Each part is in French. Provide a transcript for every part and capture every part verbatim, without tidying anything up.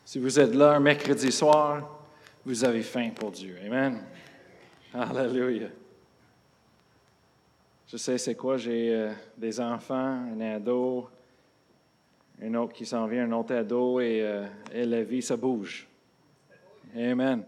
Si vous êtes là un mercredi soir, vous avez faim pour Dieu. Amen. Alléluia. Je sais c'est quoi, j'ai euh, des enfants, un ado, un autre qui s'en vient, un autre ado, et, euh, et la vie, ça bouge. Amen.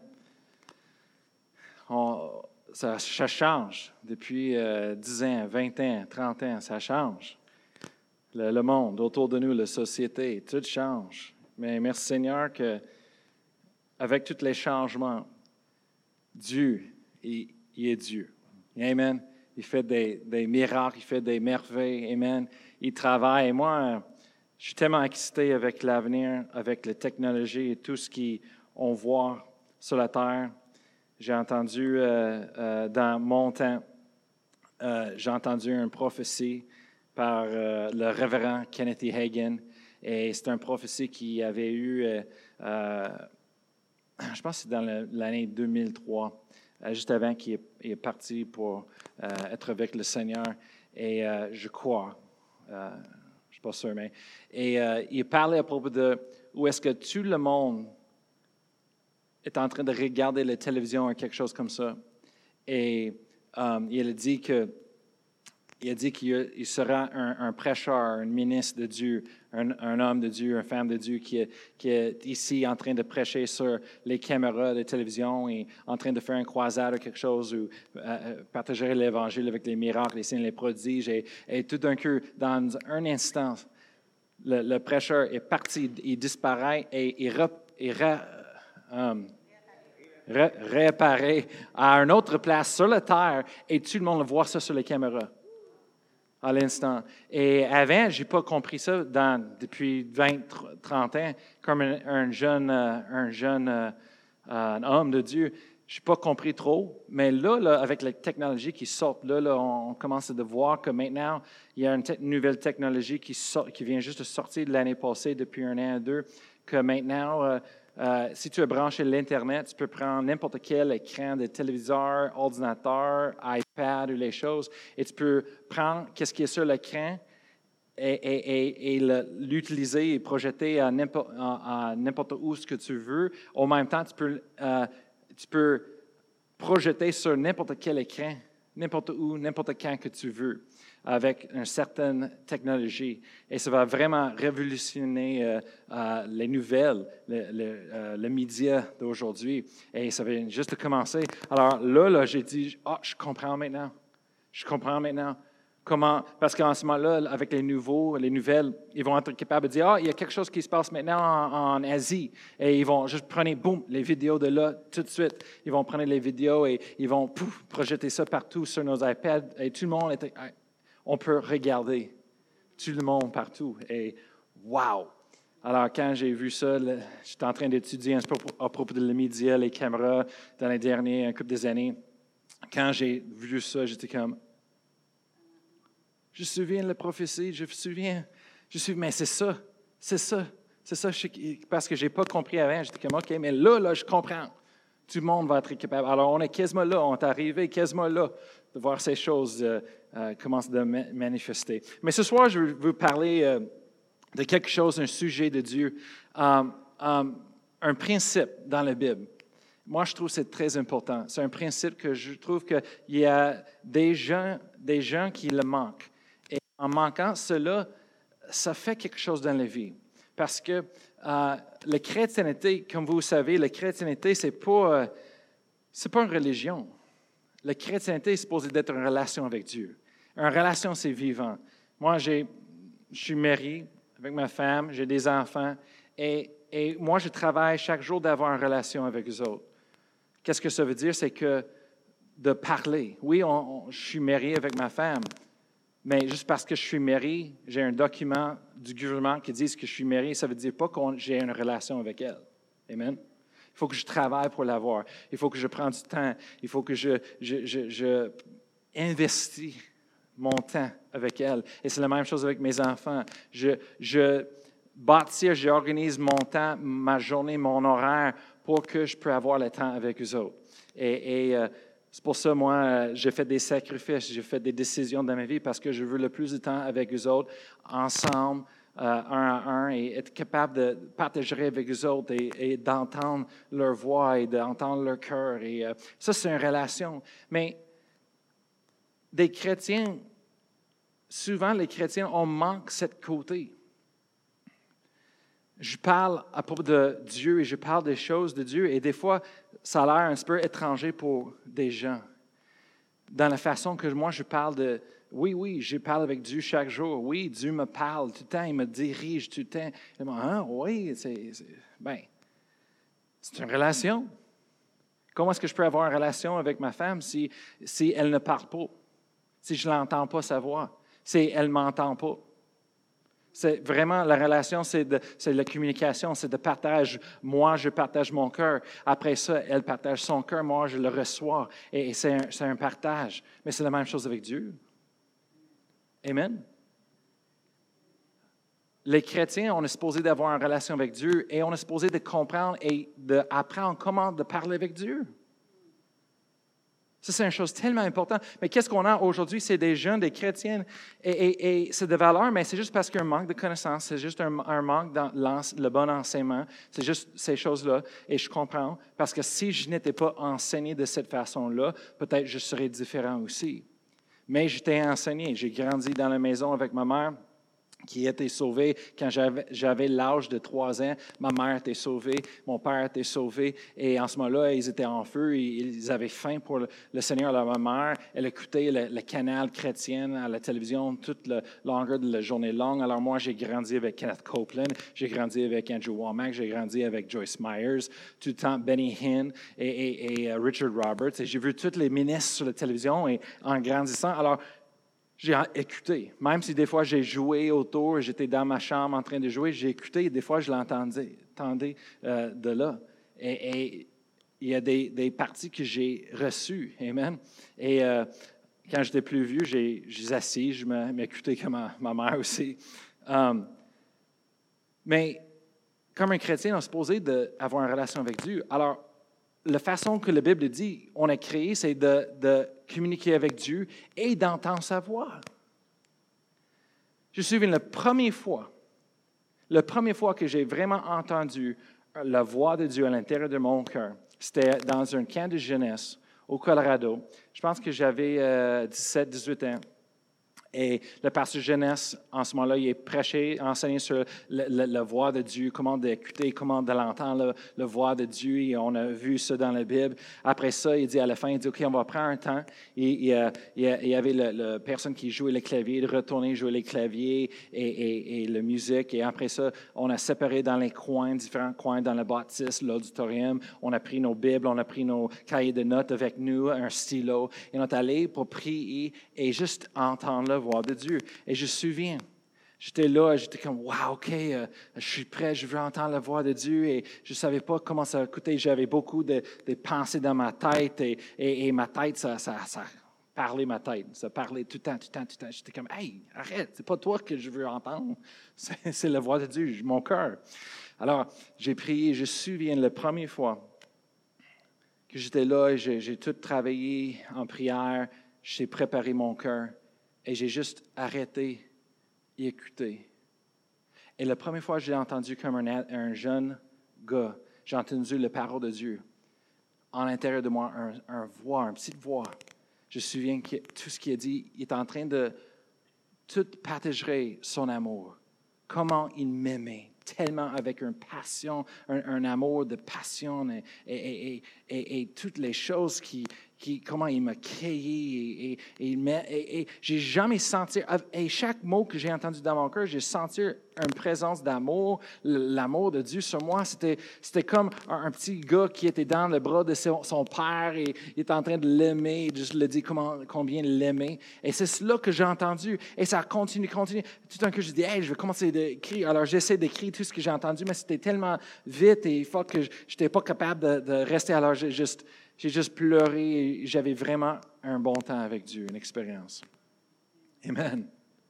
On, ça, ça change depuis euh, dix ans, vingt ans, trente ans, ça change. Le, le monde autour de nous, la société, tout change. Mais merci Seigneur que avec tous les changements, Dieu, il, il est Dieu. Amen. Il fait des, des miracles, il fait des merveilles. Amen. Il travaille. Et moi, je suis tellement excité avec l'avenir, avec la technologie et tout ce qu'on voit sur la terre. J'ai entendu euh, euh, dans mon temps, euh, j'ai entendu une prophétie par euh, le révérend Kenneth E. Hagin. Et c'est une prophétie qui avait eu, euh, euh, je pense que c'est dans le, l'année deux mille trois, euh, juste avant qu'il est, est parti pour euh, être avec le Seigneur. Et euh, je crois, euh, je ne suis pas sûr, mais... Et euh, il parlait à propos de où est-ce que tout le monde est en train de regarder la télévision ou quelque chose comme ça. Et um, il a dit que Il a dit qu'il il sera un, un prêcheur, un ministre de Dieu, un, un homme de Dieu, une femme de Dieu qui est, qui est ici en train de prêcher sur les caméras de télévision et en train de faire une croisade ou quelque chose, ou euh, partager l'Évangile avec les miracles, les signes, les prodiges. Et, et tout d'un coup, dans un instant, le, le prêcheur est parti, il disparaît et il, rep, il ra, um, ré, réapparaît à une autre place sur la terre et tout le monde voit ça sur les caméras. À l'instant. Et avant, je n'ai pas compris ça dans, depuis vingt, trente ans, comme un, un jeune, euh, un jeune euh, un homme de Dieu. Je n'ai pas compris trop, mais là, là, avec la technologie qui sort, là, là, on commence à voir que maintenant, il y a une te- nouvelle technologie qui, sort, qui vient juste de sortir de l'année passée, depuis un an ou deux, que maintenant, euh, euh, si tu es branché l'Internet, tu peux prendre n'importe quel écran de téléviseur, ordinateur, iPad ou les choses, et tu peux prendre ce qui est sur l'écran et, et, et, et le, l'utiliser et projeter à n'importe, à, à n'importe où ce que tu veux. Au même temps, tu peux, euh, tu peux projeter sur n'importe quel écran, n'importe où, n'importe quand que tu veux, avec une certaine technologie. Et ça va vraiment révolutionner euh, euh, les nouvelles, le, le, euh, le média d'aujourd'hui. Et ça vient juste de commencer. Alors là, là j'ai dit, ah, oh, je comprends maintenant. Je comprends maintenant. Comment, parce qu'en ce moment-là, avec les nouveaux, les nouvelles, ils vont être capables de dire, ah, il y a quelque chose qui se passe maintenant en, en Asie. Et ils vont juste prendre, boum, les vidéos de là, tout de suite. Ils vont prendre les vidéos et ils vont, pouf, projeter ça partout sur nos iPads. Et tout le monde, est, on peut regarder tout le monde partout. Et wow! Alors, quand j'ai vu ça, j'étais en train d'étudier un peu à propos de les médias, les caméras, dans les dernières couple des années. Quand j'ai vu ça, j'étais comme, je me souviens de la prophétie, je me souviens, je me souviens, mais c'est ça, c'est ça, c'est ça, je, parce que je n'ai pas compris avant, j'étais comme, OK, mais là, là, je comprends. Tout le monde va être capable. Alors, on est quasiment là, on est arrivé quasiment là de voir ces choses euh, euh, commencer à ma- manifester. Mais ce soir, je veux vous parler euh, de quelque chose, un sujet de Dieu, um, um, un principe dans la Bible. Moi, je trouve que c'est très important. C'est un principe que je trouve qu'il y a des gens, des gens qui le manquent. Et en manquant cela, ça fait quelque chose dans la vie. Parce que euh, la chrétienté, comme vous le savez, la chrétienté, ce n'est pas, euh, c'est pas une religion. La chrétienté est supposée d'être une relation avec Dieu. Une relation, c'est vivant. Moi, j'ai, je suis marié avec ma femme, j'ai des enfants, et, et moi, je travaille chaque jour d'avoir une relation avec eux autres. Qu'est-ce que ça veut dire? C'est que de parler. Oui, on, on, je suis marié avec ma femme, mais juste parce que je suis marié, j'ai un document du gouvernement qui dit que je suis marié, ça ne veut dire pas que j'ai une relation avec elle. Amen? Il faut que je travaille pour l'avoir. Il faut que je prenne du temps. Il faut que je, je, je, je investis mon temps avec elle. Et c'est la même chose avec mes enfants. Je, je bâtis, j'organise mon temps, ma journée, mon horaire pour que je puisse avoir le temps avec eux autres. Et, et euh, c'est pour ça, moi, euh, j'ai fait des sacrifices, j'ai fait des décisions dans ma vie parce que je veux le plus de temps avec eux autres, ensemble, euh, un à un et être capable de partager avec les autres et, et d'entendre leur voix et d'entendre leur cœur. Et euh, ça, c'est une relation. Mais des chrétiens, souvent les chrétiens, on manque cette côté. Je parle à propos de Dieu et je parle des choses de Dieu et des fois, ça a l'air un petit peu étranger pour des gens. Dans la façon que moi, je parle de... Oui, oui, je parle avec Dieu chaque jour. Oui, Dieu me parle tout le temps, il me dirige tout le temps. Et moi, hein, oui, c'est... c'est ben, c'est une relation. Comment est-ce que je peux avoir une relation avec ma femme si, si elle ne parle pas? Si je ne l'entends pas sa voix? Si elle ne m'entend pas? C'est vraiment, la relation, c'est de, c'est de la communication, c'est de partage. Moi, je partage mon cœur. Après ça, elle partage son cœur. Moi, je le reçois. Et, et c'est, un, c'est un partage. Mais c'est la même chose avec Dieu. Amen. Les chrétiens, on est supposé d'avoir une relation avec Dieu et on est supposé de comprendre et d'apprendre comment de parler avec Dieu. Ça, c'est une chose tellement importante. Mais qu'est-ce qu'on a aujourd'hui? C'est des jeunes, des chrétiens, et, et, et c'est de valeur, mais c'est juste parce qu'il y a un manque de connaissances, c'est juste un, un manque dans le bon enseignement, c'est juste ces choses-là. Et je comprends, parce que si je n'étais pas enseigné de cette façon-là, peut-être je serais différent aussi. Mais j'étais enseigné, j'ai grandi dans la maison avec ma mère, qui était sauvée quand j'avais, j'avais l'âge de trois ans. Ma mère était sauvée, mon père était sauvé. Et en ce moment-là, ils étaient en feu, et ils avaient faim pour le, le Seigneur. Alors, ma mère, elle écoutait le, le canal chrétien à la télévision toute la longueur de la journée longue. Alors moi, j'ai grandi avec Kenneth Copeland, j'ai grandi avec Andrew Womack, j'ai grandi avec Joyce Myers, tout le temps Benny Hinn et, et, et Richard Roberts. Et j'ai vu tous les ministres sur la télévision et en grandissant. Alors, j'ai écouté. Même si des fois j'ai joué autour, j'étais dans ma chambre en train de jouer, j'ai écouté et des fois je l'entendais entendais, euh, de là. Et, et il y a des, des parties que j'ai reçues. Amen. Et euh, quand j'étais plus vieux, j'ai, j'ai assis, je m'écoutais comme ma, ma mère aussi. Um, mais comme un chrétien, on est supposé d'avoir une relation avec Dieu. Alors, la façon que la Bible dit, on a créé, c'est de, de communiquer avec Dieu et d'entendre sa voix. Je me souviens la première fois, la première fois que j'ai vraiment entendu la voix de Dieu à l'intérieur de mon cœur, c'était dans un camp de jeunesse au Colorado. Je pense que j'avais euh, dix-sept, dix-huit ans. Et le pasteur jeunesse, en ce moment-là, il est prêché, enseigné sur la voix de Dieu, comment d'écouter, comment de l'entendre, la voix de Dieu. Et on a vu ça dans la Bible. Après ça, il dit à la fin, il dit, OK, on va prendre un temps. Et, et, et, et il y avait la personne qui jouait le clavier, de retourner jouer les claviers et, et, et la musique. Et après ça, on a séparé dans les coins, différents coins dans la bâtisse, l'auditorium. On a pris nos Bibles, on a pris nos cahiers de notes avec nous, un stylo. Et on est allé pour prier et juste entendre la voix de Dieu. Et je me souviens, j'étais là, j'étais comme, wow, OK, euh, je suis prêt, je veux entendre la voix de Dieu. Et je ne savais pas comment ça écoutait. J'avais beaucoup de, de pensées dans ma tête. Et, et, et ma tête, ça, ça, ça parlait ma tête. Ça parlait tout le temps, tout le temps, tout le temps. J'étais comme, hey, arrête, c'est pas toi que je veux entendre. C'est, c'est la voix de Dieu, mon cœur. Alors, j'ai prié, je me souviens la première fois que j'étais là et j'ai, j'ai tout travaillé en prière. J'ai préparé mon cœur. Et j'ai juste arrêté et écouté. Et la première fois que j'ai entendu comme un, un jeune gars, j'ai entendu la parole de Dieu. En l'intérieur de moi, un, un voix, une petite voix. Je me souviens que tout ce qu'il a dit, il est en train de tout partager son amour. Comment il m'aimait, tellement avec une passion, un, un amour de passion et, et, et, et, et toutes les choses qui... Qui, comment il m'a créé et, et, et, et, et j'ai jamais senti, et chaque mot que j'ai entendu dans mon cœur, j'ai senti une présence d'amour, l'amour de Dieu sur moi. C'était, c'était comme un, un petit gars qui était dans le bras de son, son père et il était en train de l'aimer, et je le dis comment, combien l'aimer. Et c'est cela que j'ai entendu. Et ça continue, continue. Tout d'un coup, je dis, hey, je vais commencer à écrire. Alors, j'essaie d'écrire tout ce que j'ai entendu, mais c'était tellement vite et fort que je n'étais pas capable de, de rester. Alors, j'ai juste... J'ai juste pleuré et j'avais vraiment un bon temps avec Dieu, une expérience. Amen.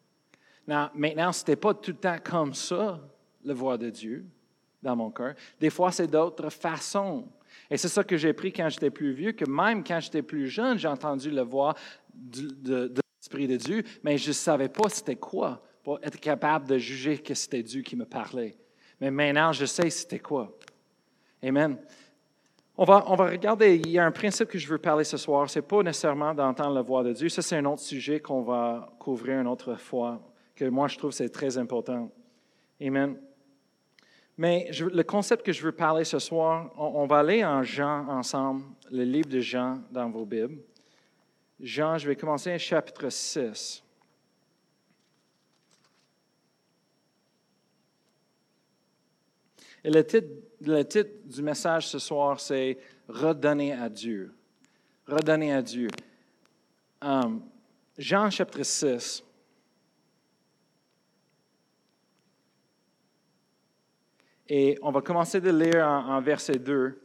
Now, maintenant, ce n'était pas tout le temps comme ça, la voix de Dieu, dans mon cœur. Des fois, c'est d'autres façons. Et c'est ça que j'ai appris quand j'étais plus vieux, que même quand j'étais plus jeune, j'ai entendu la voix de, de, de l'Esprit de Dieu, mais je ne savais pas c'était quoi. pour être capable de juger que c'était Dieu qui me parlait. Mais maintenant, je sais c'était quoi. Amen. On va, on va regarder, il y a un principe que je veux parler ce soir. Ce n'est pas nécessairement d'entendre la voix de Dieu. Ça, c'est un autre sujet qu'on va couvrir une autre fois, que moi, je trouve que c'est très important. Amen. Mais je, le concept que je veux parler ce soir, on, on va aller en Jean ensemble, le livre de Jean dans vos Bibles. Jean, je vais commencer chapitre six. Et le titre, le titre du message ce soir, c'est « Redonner à Dieu ». Redonner à Dieu. Um, Jean chapitre six. Et on va commencer de lire en, en verset deux.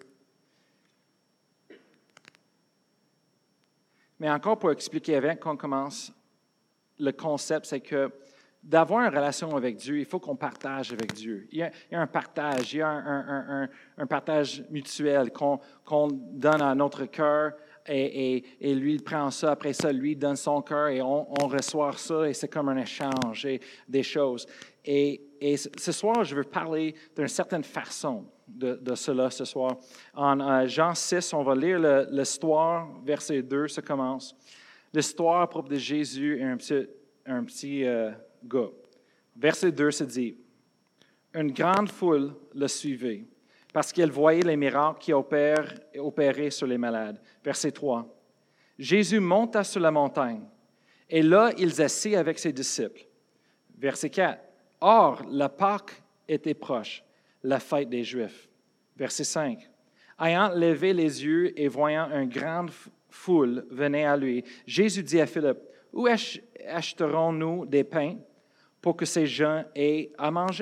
Mais encore pour expliquer avant qu'on commence, le concept, c'est que d'avoir une relation avec Dieu, il faut qu'on partage avec Dieu. Il y a, il y a un partage, il y a un, un, un, un partage mutuel qu'on, qu'on donne à notre cœur et, et, et lui, il prend ça, après ça, lui, il donne son cœur et on, on reçoit ça et c'est comme un échange et des choses. Et, et ce soir, je veux parler d'une certaine façon de, de cela ce soir. En euh, Jean six, on va lire le, l'histoire, verset deux, ça commence. L'histoire à propos de Jésus et un petit, un petit euh, gars. Verset deux se dit, « Une grande foule le suivait, parce qu'elle voyait les miracles qui opèrent, opéraient sur les malades. » Verset trois, « Jésus monta sur la montagne, et là, il s'assit avec ses disciples. » Verset quatre, « Or, la Pâque était proche, la fête des Juifs. » Verset cinq, « Ayant levé les yeux et voyant une grande foule venir à lui, Jésus dit à Philippe, « Où ach- achèterons-nous des pains pour que ces gens aient à manger? »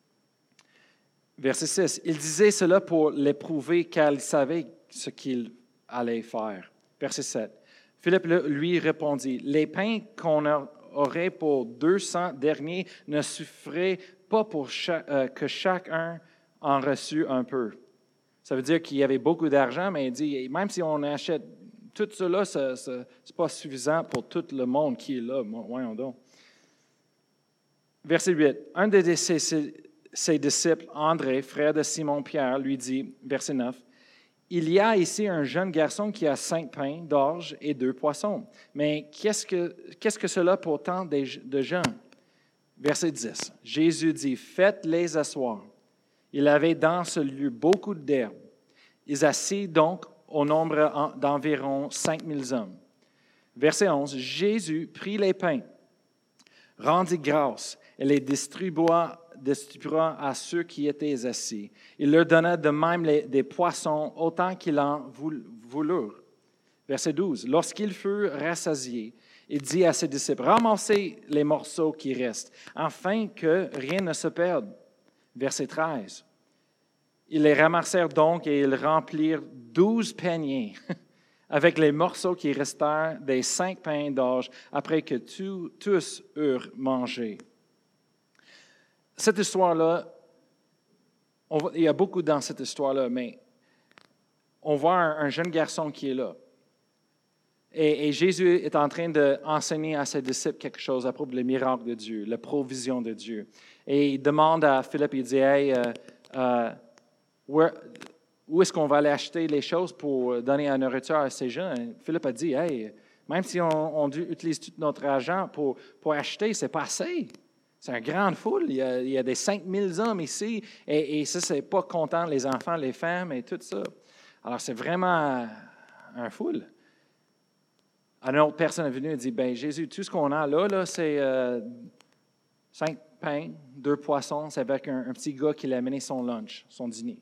Verset six, « Il disait cela pour l'éprouver, car il savait ce qu'il allait faire. » Verset sept, « Philippe lui répondit, « Les pains qu'on aurait pour deux cents derniers ne suffiraient pas pour chaque, euh, que chacun en reçût un peu. » Ça veut dire qu'il y avait beaucoup d'argent, mais il dit, même si on achète tout cela, ce n'est pas suffisant pour tout le monde qui est là. Voyons donc. Verset huit, un de ses, ses, ses disciples, André, frère de Simon-Pierre, lui dit, verset neuf, « Il y a ici un jeune garçon qui a cinq pains d'orge et deux poissons. Mais qu'est-ce que, qu'est-ce que cela pour tant de, de gens? » Verset dix, Jésus dit, « Faites-les asseoir. » Il avait dans ce lieu beaucoup d'herbes. Ils assis donc au nombre d'environ cinq mille hommes. Verset onze, Jésus prit les pains, rendit grâce et les distribua, distribua à ceux qui étaient assis. Il leur donna de même les, des poissons autant qu'ils en voulurent. Verset douze, lorsqu'ils furent rassasiés, il dit à ses disciples, ramassez les morceaux qui restent, afin que rien ne se perde. Verset treize, ils les ramassèrent donc et ils remplirent douze paniers avec les morceaux qui restèrent des cinq pains d'orge après que tout, tous eurent mangé. Cette histoire-là, on va, il y a beaucoup dans cette histoire-là, mais on voit un, un jeune garçon qui est là. Et, et Jésus est en train d'enseigner à ses disciples quelque chose à propos des miracles de Dieu, la provision de Dieu. Et il demande à Philippe, il dit, hey, euh, euh, où, où est-ce qu'on va aller acheter les choses pour donner la nourriture à ces gens? Et Philippe a dit, hey, même si on, on utilise tout notre argent pour, pour acheter, ce n'est pas assez. C'est une grande foule. Il y a, il y a des cinq mille hommes ici, et, et ça, ce n'est pas content, les enfants, les femmes et tout ça. Alors, c'est vraiment un foule. Une autre personne est venue et dit, ben Jésus, tout ce qu'on a là, là c'est euh, cinq pains, deux poissons, c'est avec un, un petit gars qui l'a amené son lunch, son dîner.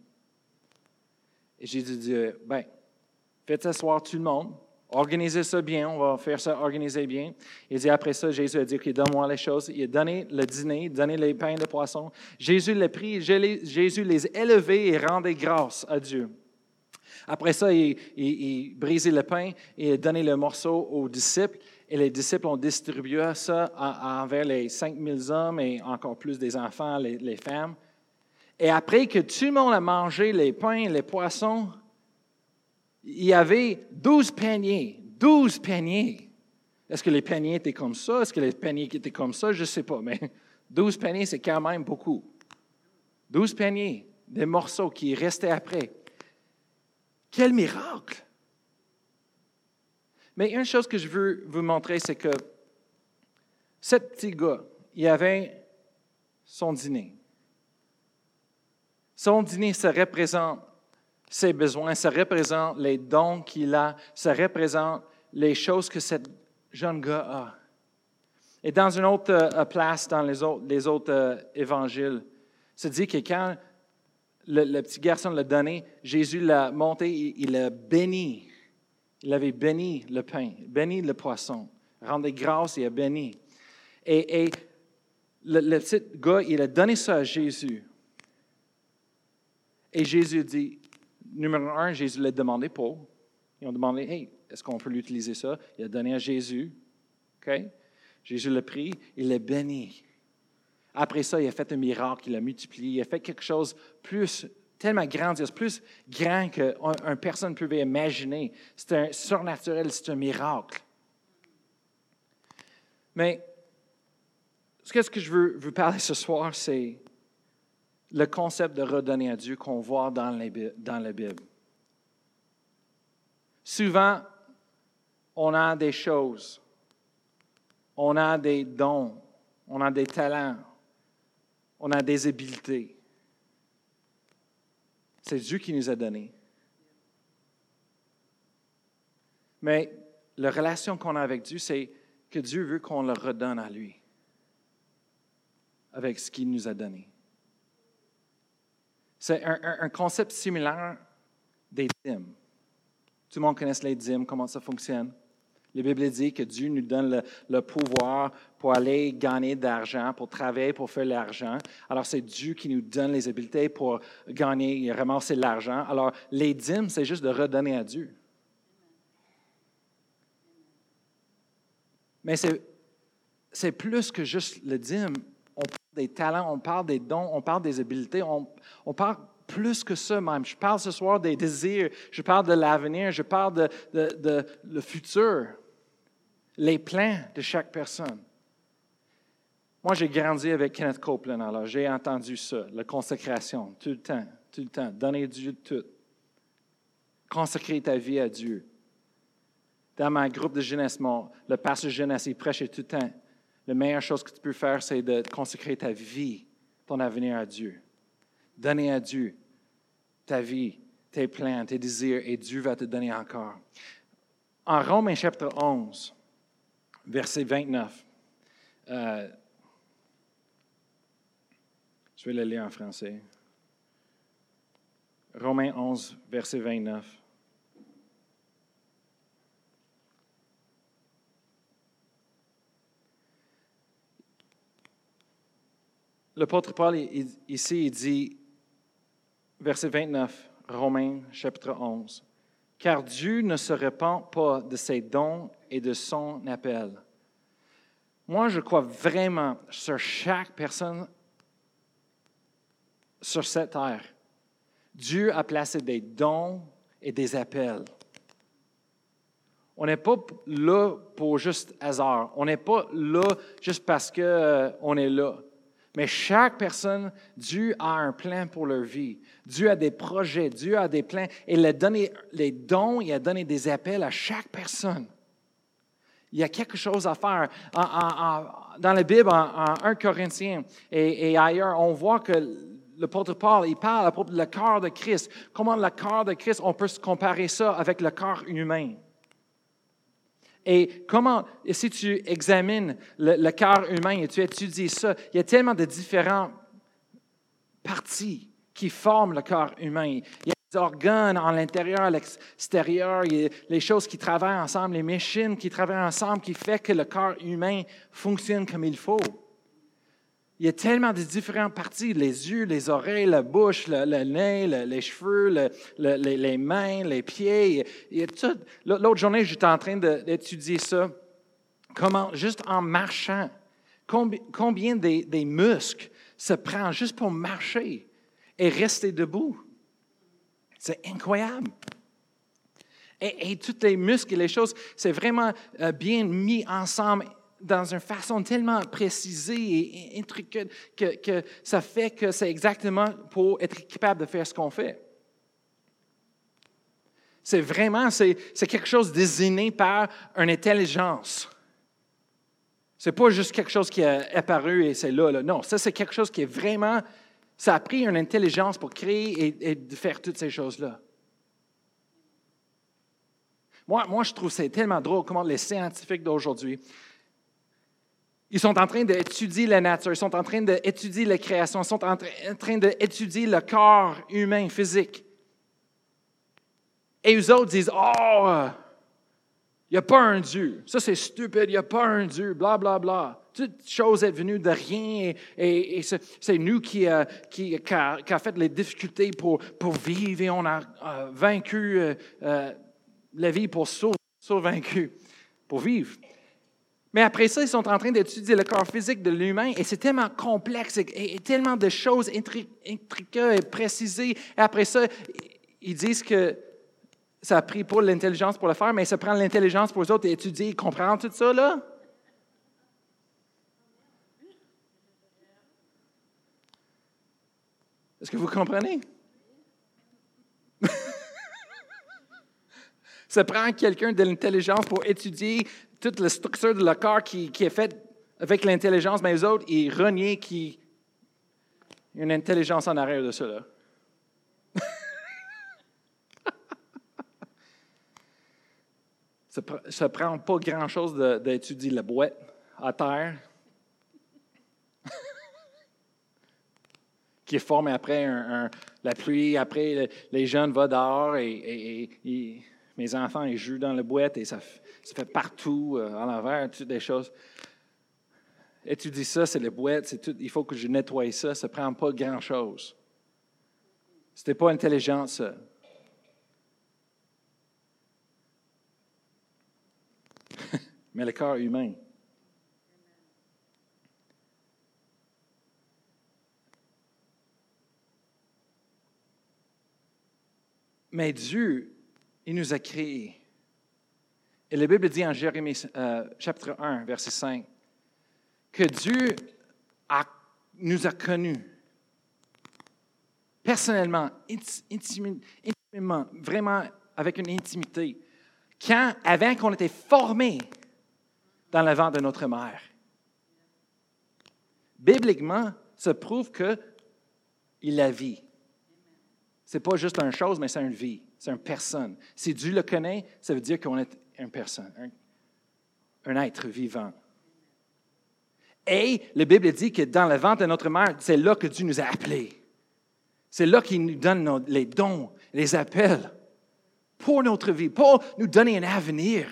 Et Jésus dit, ben, faites asseoir tout le monde, organisez ça bien, on va faire ça organiser bien. Il dit, après ça, Jésus a dit, OK, donne-moi les choses. Il a donné le dîner, donné les pains, les poissons. Jésus les prit, Jésus les élevait et rendait grâce à Dieu. Après ça, il, il, il brisait le pain et donnait le morceau aux disciples. Et les disciples ont distribué ça envers les cinq mille hommes et encore plus des enfants, les, les femmes. Et après que tout le monde a mangé les pains, les poissons, il y avait douze paniers. Douze paniers. Est-ce que les paniers étaient comme ça? Est-ce que les paniers étaient comme ça? Je ne sais pas, mais douze paniers, c'est quand même beaucoup. Douze paniers, des morceaux qui restaient après. Quel miracle! Mais une chose que je veux vous montrer, c'est que ce petit gars, il avait son dîner. Son dîner, ça représente ses besoins, ça représente les dons qu'il a, ça représente les choses que ce jeune gars a. Et dans une autre euh, place, dans les autres, les autres euh, évangiles, ça dit que quand le, le petit garçon l'a donné, Jésus l'a monté, il, il l'a béni. Il avait béni le pain, béni le poisson, rendu grâce et a béni. Et, et le, le petit gars, il a donné ça à Jésus. Et Jésus dit, numéro un, Jésus l'a demandé pour. Ils ont demandé, hey, est-ce qu'on peut l'utiliser ça? Il a donné à Jésus. OK? Jésus l'a pris, il l'a béni. Après ça, il a fait un miracle, il a multiplié, il a fait quelque chose plus, tellement grandiose, plus grand qu'une personne ne pouvait imaginer. C'est un surnaturel, c'est un miracle. Mais ce que je veux vous parler ce soir, c'est le concept de redonner à Dieu qu'on voit dans, les, dans la Bible. Souvent, on a des choses, on a des dons, on a des talents, on a des habiletés. C'est Dieu qui nous a donné. Mais la relation qu'on a avec Dieu, c'est que Dieu veut qu'on le redonne à lui avec ce qu'il nous a donné. C'est un, un, un concept similaire des dîmes. Tout le monde connaît les dîmes, comment ça fonctionne. La Bible dit que Dieu nous donne le, le pouvoir pour aller gagner de l'argent, pour travailler, pour faire l'argent. Alors, c'est Dieu qui nous donne les habiletés pour gagner et ramasser de l'argent. Alors, les dîmes, c'est juste de redonner à Dieu. Mais c'est, c'est plus que juste le dîme. On parle des talents, on parle des dons, on parle des habiletés, on, on parle plus que ça même. Je parle ce soir des désirs, je parle de l'avenir, je parle de, de, de le futur, les plans de chaque personne. Moi, j'ai grandi avec Kenneth Copeland, alors j'ai entendu ça, la consécration, tout le temps, tout le temps, donner Dieu tout. Consacrer ta vie à Dieu. Dans mon groupe de jeunesse, mon, le pasteur jeunesse, il prêchait tout le temps. La meilleure chose que tu peux faire, c'est de consacrer ta vie, ton avenir à Dieu. Donner à Dieu ta vie, tes plans, tes désirs, et Dieu va te donner encore. En Romains chapitre onze, verset vingt-neuf, euh, je vais le lire en français. Romains onze, verset vingt-neuf. L'apôtre Paul, ici, il dit, verset vingt-neuf, Romains, chapitre onze, « Car Dieu ne se repent pas de ses dons et de son appel. » Moi, je crois vraiment sur chaque personne sur cette terre, Dieu a placé des dons et des appels. On n'est pas là pour juste hasard. On n'est pas là juste parce qu'on euh, est là. Mais chaque personne, Dieu a un plan pour leur vie. Dieu a des projets, Dieu a des plans. Et il a donné les dons, il a donné des appels à chaque personne. Il y a quelque chose à faire. En, en, en, dans la Bible, en, en un Corinthiens et, et ailleurs, on voit que l'apôtre Paul, il parle à propos du corps de Christ. Comment le corps de Christ, on peut se comparer ça avec le corps humain. Et comment, et si tu examines le, le corps humain et tu étudies ça, il y a tellement de différentes parties qui forment le corps humain. Il y a des organes à l'intérieur, à l'extérieur, il y a les choses qui travaillent ensemble, les machines qui travaillent ensemble, qui font que le corps humain fonctionne comme il faut. Il y a tellement de différentes parties, les yeux, les oreilles, la bouche, le, le nez, le, les cheveux, le, le, les, les mains, les pieds. Il y a tout. L'autre journée, j'étais en train de, d'étudier ça. Comment, juste en marchant, combien, combien des, des muscles se prend juste pour marcher et rester debout. C'est incroyable. Et, et tous les muscles et les choses, c'est vraiment euh, bien mis ensemble dans une façon tellement précisée et intriquée que, que ça fait que c'est exactement pour être capable de faire ce qu'on fait. C'est vraiment, c'est, c'est quelque chose désigné par une intelligence. C'est pas juste quelque chose qui est apparu et c'est là, là. Non, ça c'est quelque chose qui est vraiment, ça a pris une intelligence pour créer et, et de faire toutes ces choses-là. Moi, moi, je trouve que c'est tellement drôle comment les scientifiques d'aujourd'hui, ils sont en train d'étudier la nature, ils sont en train d'étudier la création, ils sont en train d'étudier le corps humain, physique. Et eux autres disent, « Oh, il n'y a pas un Dieu. Ça, c'est stupide, il n'y a pas un Dieu, bla, bla, bla. Toute chose est venue de rien et, et, et c'est, c'est nous qui, euh, qui, qui, a, qui a fait les difficultés pour, pour vivre et on a euh, vaincu euh, euh, la vie pour sur, survaincu, pour vivre. » Mais après ça, ils sont en train d'étudier le corps physique de l'humain et c'est tellement complexe et, et tellement de choses intri, intriquées et précisées. Et après ça, ils disent que ça a pris pas l'intelligence pour le faire, mais ça prend l'intelligence pour les autres et étudier et comprendre tout ça, là. Est-ce que vous comprenez? Ça prend quelqu'un de l'intelligence pour étudier toute la structure de le corps qui, qui est faite avec l'intelligence, mais les autres, ils renient qu'il y a une intelligence en arrière de ça, là. Ça ne prend pas grand-chose de, d'étudier la boîte à terre qui est formée après un, un, la pluie, après les jeunes vont dehors et, et, et, et mes enfants ils jouent dans la boîte et ça, ça fait partout euh, en l'envers, toutes des choses. Étudier ça, c'est la boîte, c'est tout, il faut que je nettoie ça, ça ne prend pas grand-chose. C'était pas intelligent, ça. Mais le corps humain. Mais Dieu, il nous a créés. Et la Bible dit en Jérémie euh, chapitre un, verset cinq, que Dieu a, nous a connus personnellement, intimement, vraiment avec une intimité, quand, avant qu'on était formés dans le ventre de notre mère. Bibliquement, ça prouve qu'il la vit. Ce n'est pas juste une chose, mais c'est une vie, c'est une personne. Si Dieu le connaît, ça veut dire qu'on est une personne, un, un être vivant. Et la Bible dit que dans le ventre de notre mère, c'est là que Dieu nous a appelés. C'est là qu'il nous donne nos, les dons, les appels pour notre vie, pour nous donner un avenir.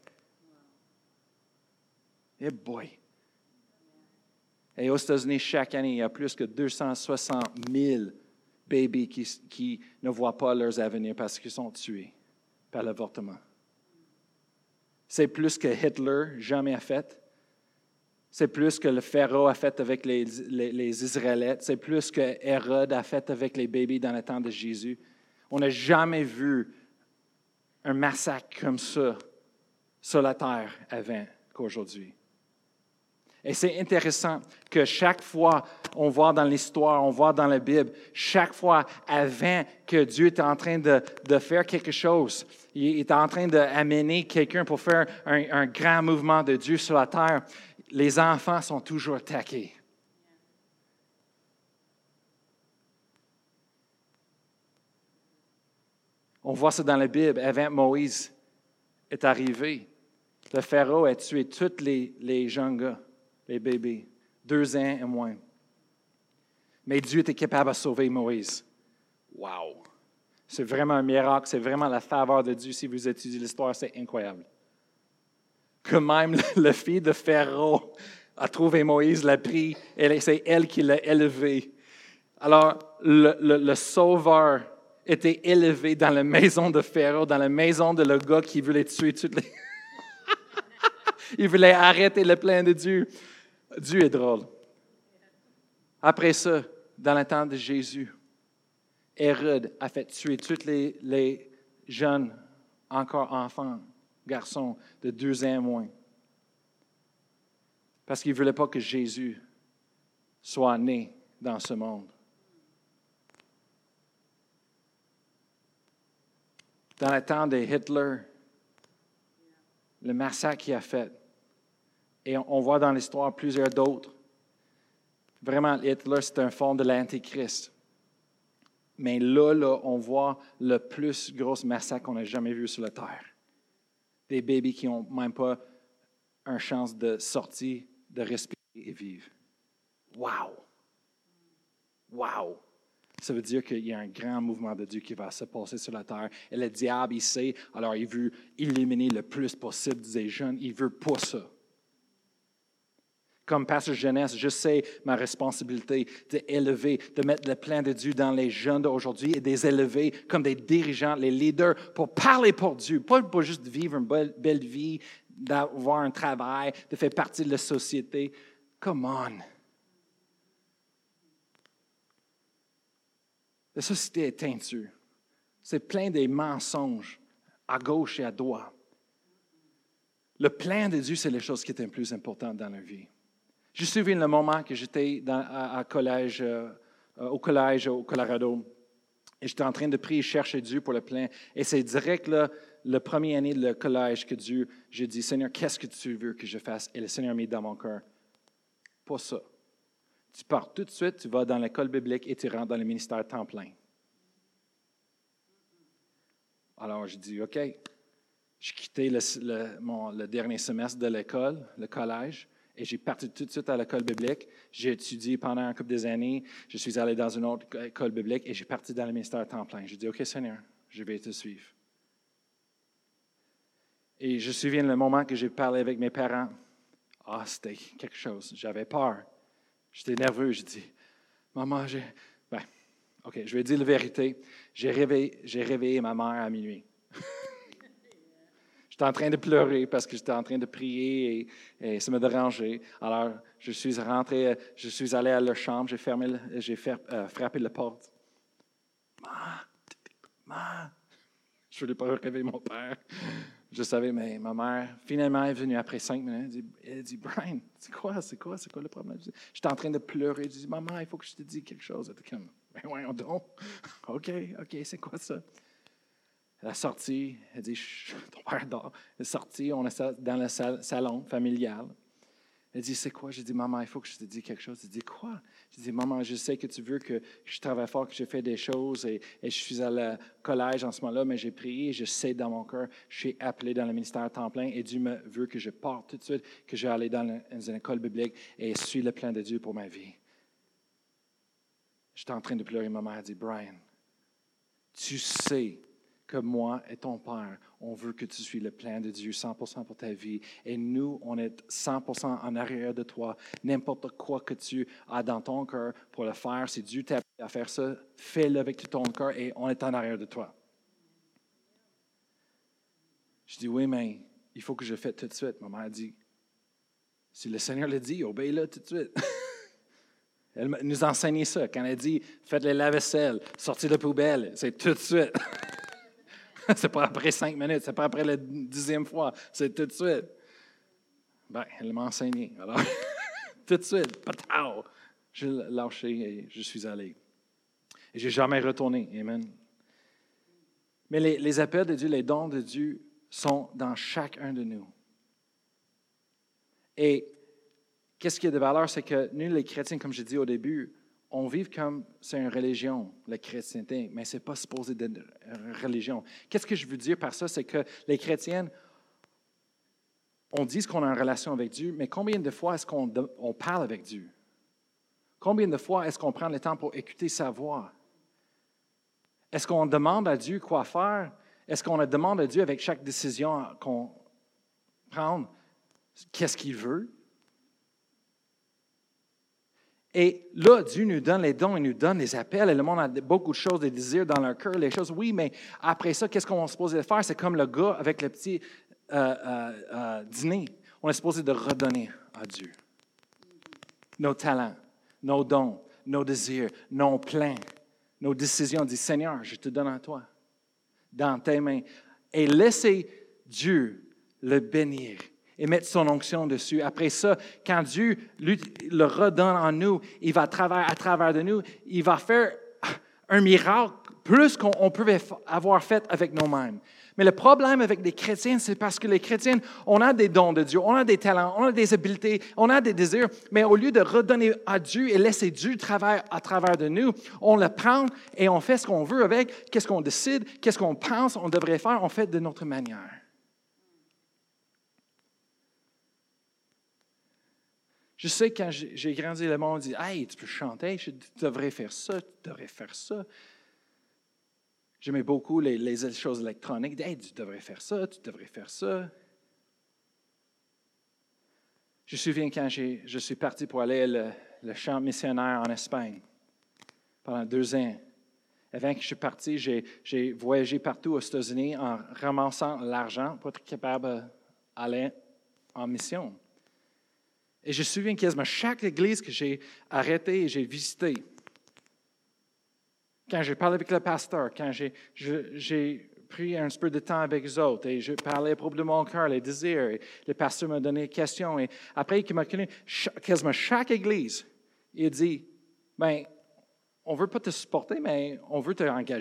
Eh boy! Et aux États-Unis, chaque année, il y a plus que deux cent soixante mille bébés qui, qui ne voient pas leurs avenirs parce qu'ils sont tués par l'avortement. C'est plus que Hitler jamais a fait. C'est plus que le Pharaon a fait avec les, les, les Israélites. C'est plus que Hérode a fait avec les bébés dans le temps de Jésus. On n'a jamais vu un massacre comme ça sur la terre avant qu'aujourd'hui. Et c'est intéressant que chaque fois, on voit dans l'histoire, on voit dans la Bible, chaque fois avant que Dieu est en train de, de faire quelque chose, il est en train d'amener quelqu'un pour faire un, un grand mouvement de Dieu sur la terre, les enfants sont toujours attaqués. On voit ça dans la Bible. Avant Moïse est arrivé, le Pharaon a tué tous les, les jeunes gars, les bébés, deux ans et moins. Mais Dieu était capable de sauver Moïse. Wow! C'est vraiment un miracle, c'est vraiment la faveur de Dieu. Si vous étudiez l'histoire, c'est incroyable. Que même la fille de Pharaon a trouvé Moïse, l'a pris, et c'est elle qui l'a élevé. Alors, le, le, le sauveur était élevé dans la maison de Pharaon, dans la maison de le gars qui voulait tuer toutes les... Il voulait arrêter le plan de Dieu. Dieu est drôle. Après ça, dans le temps de Jésus, Hérode a fait tuer tous les, les jeunes encore enfant, garçon de deux ans et moins. Parce qu'il ne voulait pas que Jésus soit né dans ce monde. Dans le temps de Hitler, le massacre qu'il a fait, et on voit dans l'histoire plusieurs d'autres, vraiment, Hitler, c'est un fond de l'Antéchrist. Mais là, là, on voit le plus gros massacre qu'on a jamais vu sur la terre. Des bébés qui n'ont même pas une chance de sortir, de respirer et vivre. Wow! Wow! Ça veut dire qu'il y a un grand mouvement de Dieu qui va se passer sur la terre. Et le diable, il sait, alors il veut éliminer le plus possible des jeunes. Il ne veut pas ça. Comme pasteur jeunesse, je sais ma responsabilité d'élever, de mettre le plan de Dieu dans les jeunes d'aujourd'hui et de les élever comme des dirigeants, les leaders, pour parler pour Dieu, pas pour juste vivre une belle, belle vie, d'avoir un travail, de faire partie de la société. Come on! La société est teintue. C'est plein de mensonges à gauche et à droite. Le plan de Dieu, c'est les choses qui étaient les plus importantes dans la vie. Je me souviens le moment que j'étais dans, à, à collège, euh, au collège au Colorado, et j'étais en train de prier et chercher Dieu pour le plan. Et c'est direct là, la première année de le collège que Dieu, j'ai dit, Seigneur, qu'est-ce que tu veux que je fasse? Et le Seigneur m'a mis dans mon cœur, pas ça. Tu pars tout de suite, tu vas dans l'école biblique et tu rentres dans le ministère temps plein. Alors, j'ai dit, OK. J'ai quitté le, le, mon, le dernier semestre de l'école, le collège, et j'ai parti tout de suite à l'école biblique. J'ai étudié pendant un couple d'années. Je suis allé dans une autre école biblique et j'ai parti dans le ministère temps plein. J'ai dit, OK, Seigneur, je vais te suivre. Et je me souviens le moment que j'ai parlé avec mes parents. Ah, c'était quelque chose. J'avais peur. J'étais nerveux. J'ai dit, maman, j'ai... Ben, OK, je vais dire la vérité. J'ai réveillé, j'ai réveillé ma mère à minuit. J'étais en train de pleurer parce que j'étais en train de prier et, et ça me dérangeait. Alors, je suis rentré, je suis allé à leur chambre, j'ai fermé, j'ai fait, euh, frappé la porte. Maman, maman, je ne voulais pas réveiller mon père. Je savais, mais ma mère, finalement, est venue après cinq minutes. Elle dit, elle dit Brian, c'est quoi, c'est quoi, c'est quoi le problème? J'étais en train de pleurer. Je dis, maman, il faut que je te dise quelque chose. Elle était comme, ben voyons donc. OK, OK, c'est quoi ça? Elle a sorti, elle dit, ton père dort. Elle est sortie, on est dans le salon familial. Elle dit, c'est quoi? J'ai dit, maman, il faut que je te dise quelque chose. Elle dit, quoi? J'ai dit, maman, je sais que tu veux que je travaille fort, que je fais des choses et, et je suis à le collège en ce moment-là, mais j'ai prié et je sais dans mon cœur, je suis appelé dans le ministère à temps plein et Dieu me veut que je parte tout de suite, que je vais aller dans, le, dans une école biblique et suivre le plan de Dieu pour ma vie. J'étais en train de pleurer. Ma mère a dit, Brian, tu sais que moi et ton Père, on veut que tu suives le plan de Dieu cent pour cent pour ta vie. Et nous, on est cent pour cent en arrière de toi. N'importe quoi que tu as dans ton cœur pour le faire, si Dieu t'a appelé à faire ça, fais-le avec tout ton cœur et on est en arrière de toi. Je dis, oui, mais il faut que je le fasse tout de suite. Ma mère a dit, si le Seigneur le dit, obéis-le tout de suite. Elle nous a enseigné ça. Quand elle dit, faites les lave-vaisselle, sortez de la poubelle, c'est tout de suite. C'est pas après cinq minutes, c'est pas après la dixième fois, c'est tout de suite. Ben, elle m'a enseigné. Alors, tout de suite, patao, j'ai lâché et je suis allé. Et je n'ai jamais retourné. Amen. Mais les, les appels de Dieu, les dons de Dieu sont dans chacun de nous. Et qu'est-ce qui est de valeur, c'est que nous, les chrétiens, comme je dis au début, on vit comme c'est une religion, la chrétienté, mais ce n'est pas supposé être une religion. Qu'est-ce que je veux dire par ça? C'est que les chrétiennes, on dit qu'on a une relation avec Dieu, mais combien de fois est-ce qu'on on parle avec Dieu? Combien de fois est-ce qu'on prend le temps pour écouter sa voix? Est-ce qu'on demande à Dieu quoi faire? Est-ce qu'on demande à Dieu avec chaque décision qu'on prend, qu'est-ce qu'il veut? Et là, Dieu nous donne les dons, il nous donne les appels, et le monde a beaucoup de choses, des désirs dans leur cœur, les choses, oui, mais après ça, qu'est-ce qu'on est supposé faire? C'est comme le gars avec le petit euh, euh, euh, dîner. On est supposé de redonner à Dieu nos talents, nos dons, nos désirs, nos plans, nos décisions. On dit, Seigneur, je te donne à toi, dans tes mains. et laissez Dieu le bénir et mettre son onction dessus. Après ça, quand Dieu lui, le redonne en nous, il va travailler à travers de nous, il va faire un miracle plus qu'on pouvait avoir fait avec nous-mêmes. Mais le problème avec les chrétiens, c'est parce que les chrétiens, on a des dons de Dieu, on a des talents, on a des habiletés, on a des désirs, mais au lieu de redonner à Dieu et laisser Dieu travailler à travers de nous, on le prend et on fait ce qu'on veut avec, qu'est-ce qu'on décide, qu'est-ce qu'on pense, on devrait faire, on fait de notre manière. Je sais quand j'ai grandi, le monde dit « Hey, tu peux chanter, tu devrais faire ça, tu devrais faire ça. » J'aimais beaucoup les, les choses électroniques. « Hey, tu devrais faire ça, tu devrais faire ça. » Je me souviens quand j'ai, je suis parti pour aller le, le chant missionnaire en Espagne pendant deux ans. Avant que je suis parti, j'ai, j'ai voyagé partout aux États-Unis en ramassant l'argent pour être capable d'aller en mission. Et je me souviens quasiment chaque église que j'ai arrêtée et j'ai visitée. Quand j'ai parlé avec le pasteur, quand j'ai, je, j'ai pris un peu de temps avec eux autres et je parlais à propos de mon cœur, les désirs, et le pasteur m'a donné des questions. Et après, il m'a connu, quasiment chaque église, il a dit, « Bien, on ne veut pas te supporter, mais on veut te engager. »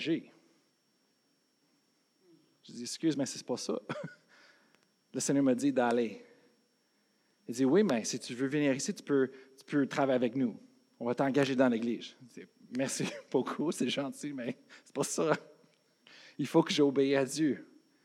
Je dis, « Excuse, mais ce n'est pas ça. » Le Seigneur m'a dit d'aller. Il dit, « Oui, mais si tu veux venir ici, tu peux, tu peux travailler avec nous. On va t'engager dans l'Église. » Je dis, « Merci beaucoup, c'est gentil, mais c'est pas ça. Il faut que j'obéisse à Dieu. »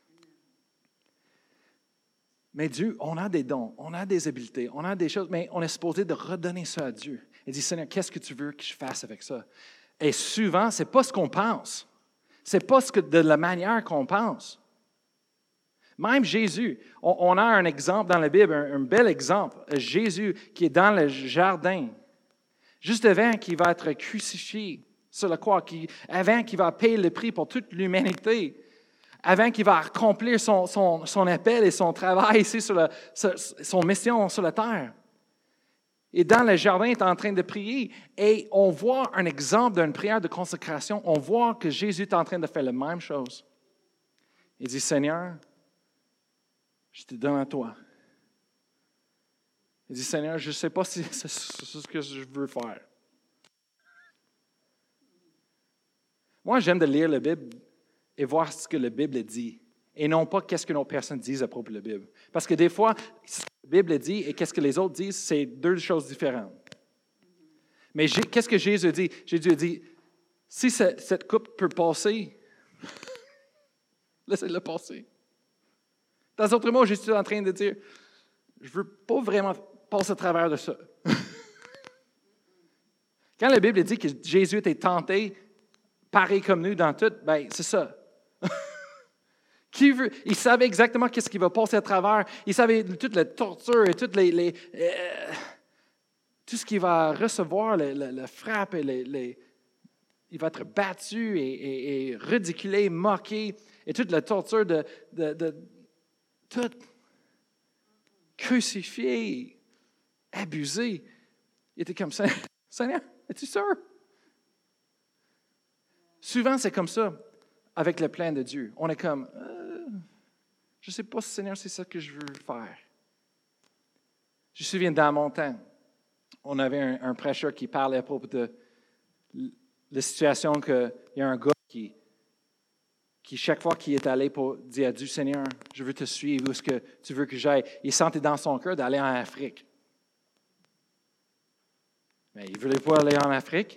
Mais Dieu, on a des dons, on a des habiletés, on a des choses, mais on est supposé de redonner ça à Dieu. Il dit, « Seigneur, qu'est-ce que tu veux que je fasse avec ça? » Et souvent, ce n'est pas ce qu'on pense. Ce n'est pas ce que, de la manière qu'on pense. Même Jésus, on, on a un exemple dans la Bible, un, un bel exemple. Jésus qui est dans le jardin, juste avant qu'il va être crucifié sur la croix, qui, avant qu'il va payer le prix pour toute l'humanité, avant qu'il va accomplir son, son, son appel et son travail ici, sur la, son mission sur la terre. Et dans le jardin, il est en train de prier et on voit un exemple d'une prière de consécration. On voit que Jésus est en train de faire la même chose. Il dit, « Seigneur, je te donne à toi. » Il dit, « Seigneur, je ne sais pas si c'est ce que je veux faire. » Moi, j'aime de lire la Bible et voir ce que la Bible dit, et non pas qu'est-ce que nos personnes disent à propos de la Bible. Parce que des fois, ce que la Bible dit et qu'est-ce que les autres disent, c'est deux choses différentes. Mais qu'est-ce que Jésus dit? Jésus dit, si cette coupe peut passer, laissez-le passer. Dans d'autres mots, Jésus est en train de dire, je ne veux pas vraiment passer à travers de ça. Quand la Bible dit que Jésus était tenté, pareil comme nous dans tout, bien, c'est ça. Qui veut, il savait exactement qu'est-ce qui va passer à travers. Il savait toute la torture et toutes les, les, euh, tout ce qu'il va recevoir, la, la, la frappe, et les, les, il va être battu et, et, et ridiculé, moqué, et toute la torture de, de, de tout crucifié, abusé. Il était comme ça. Seigneur, es-tu sûr? Souvent, c'est comme ça avec le plan de Dieu. On est comme, euh, je ne sais pas, Seigneur, c'est ça que je veux faire. Je me souviens, dans mon temps, on avait un, un prêcheur qui parlait à propos de la situation qu'il y a un gars qui, qui, chaque fois qu'il est allé pour dire à Dieu, Seigneur, je veux te suivre, où est-ce que tu veux que j'aille? Il sentait dans son cœur d'aller en Afrique. Mais il ne voulait pas aller en Afrique.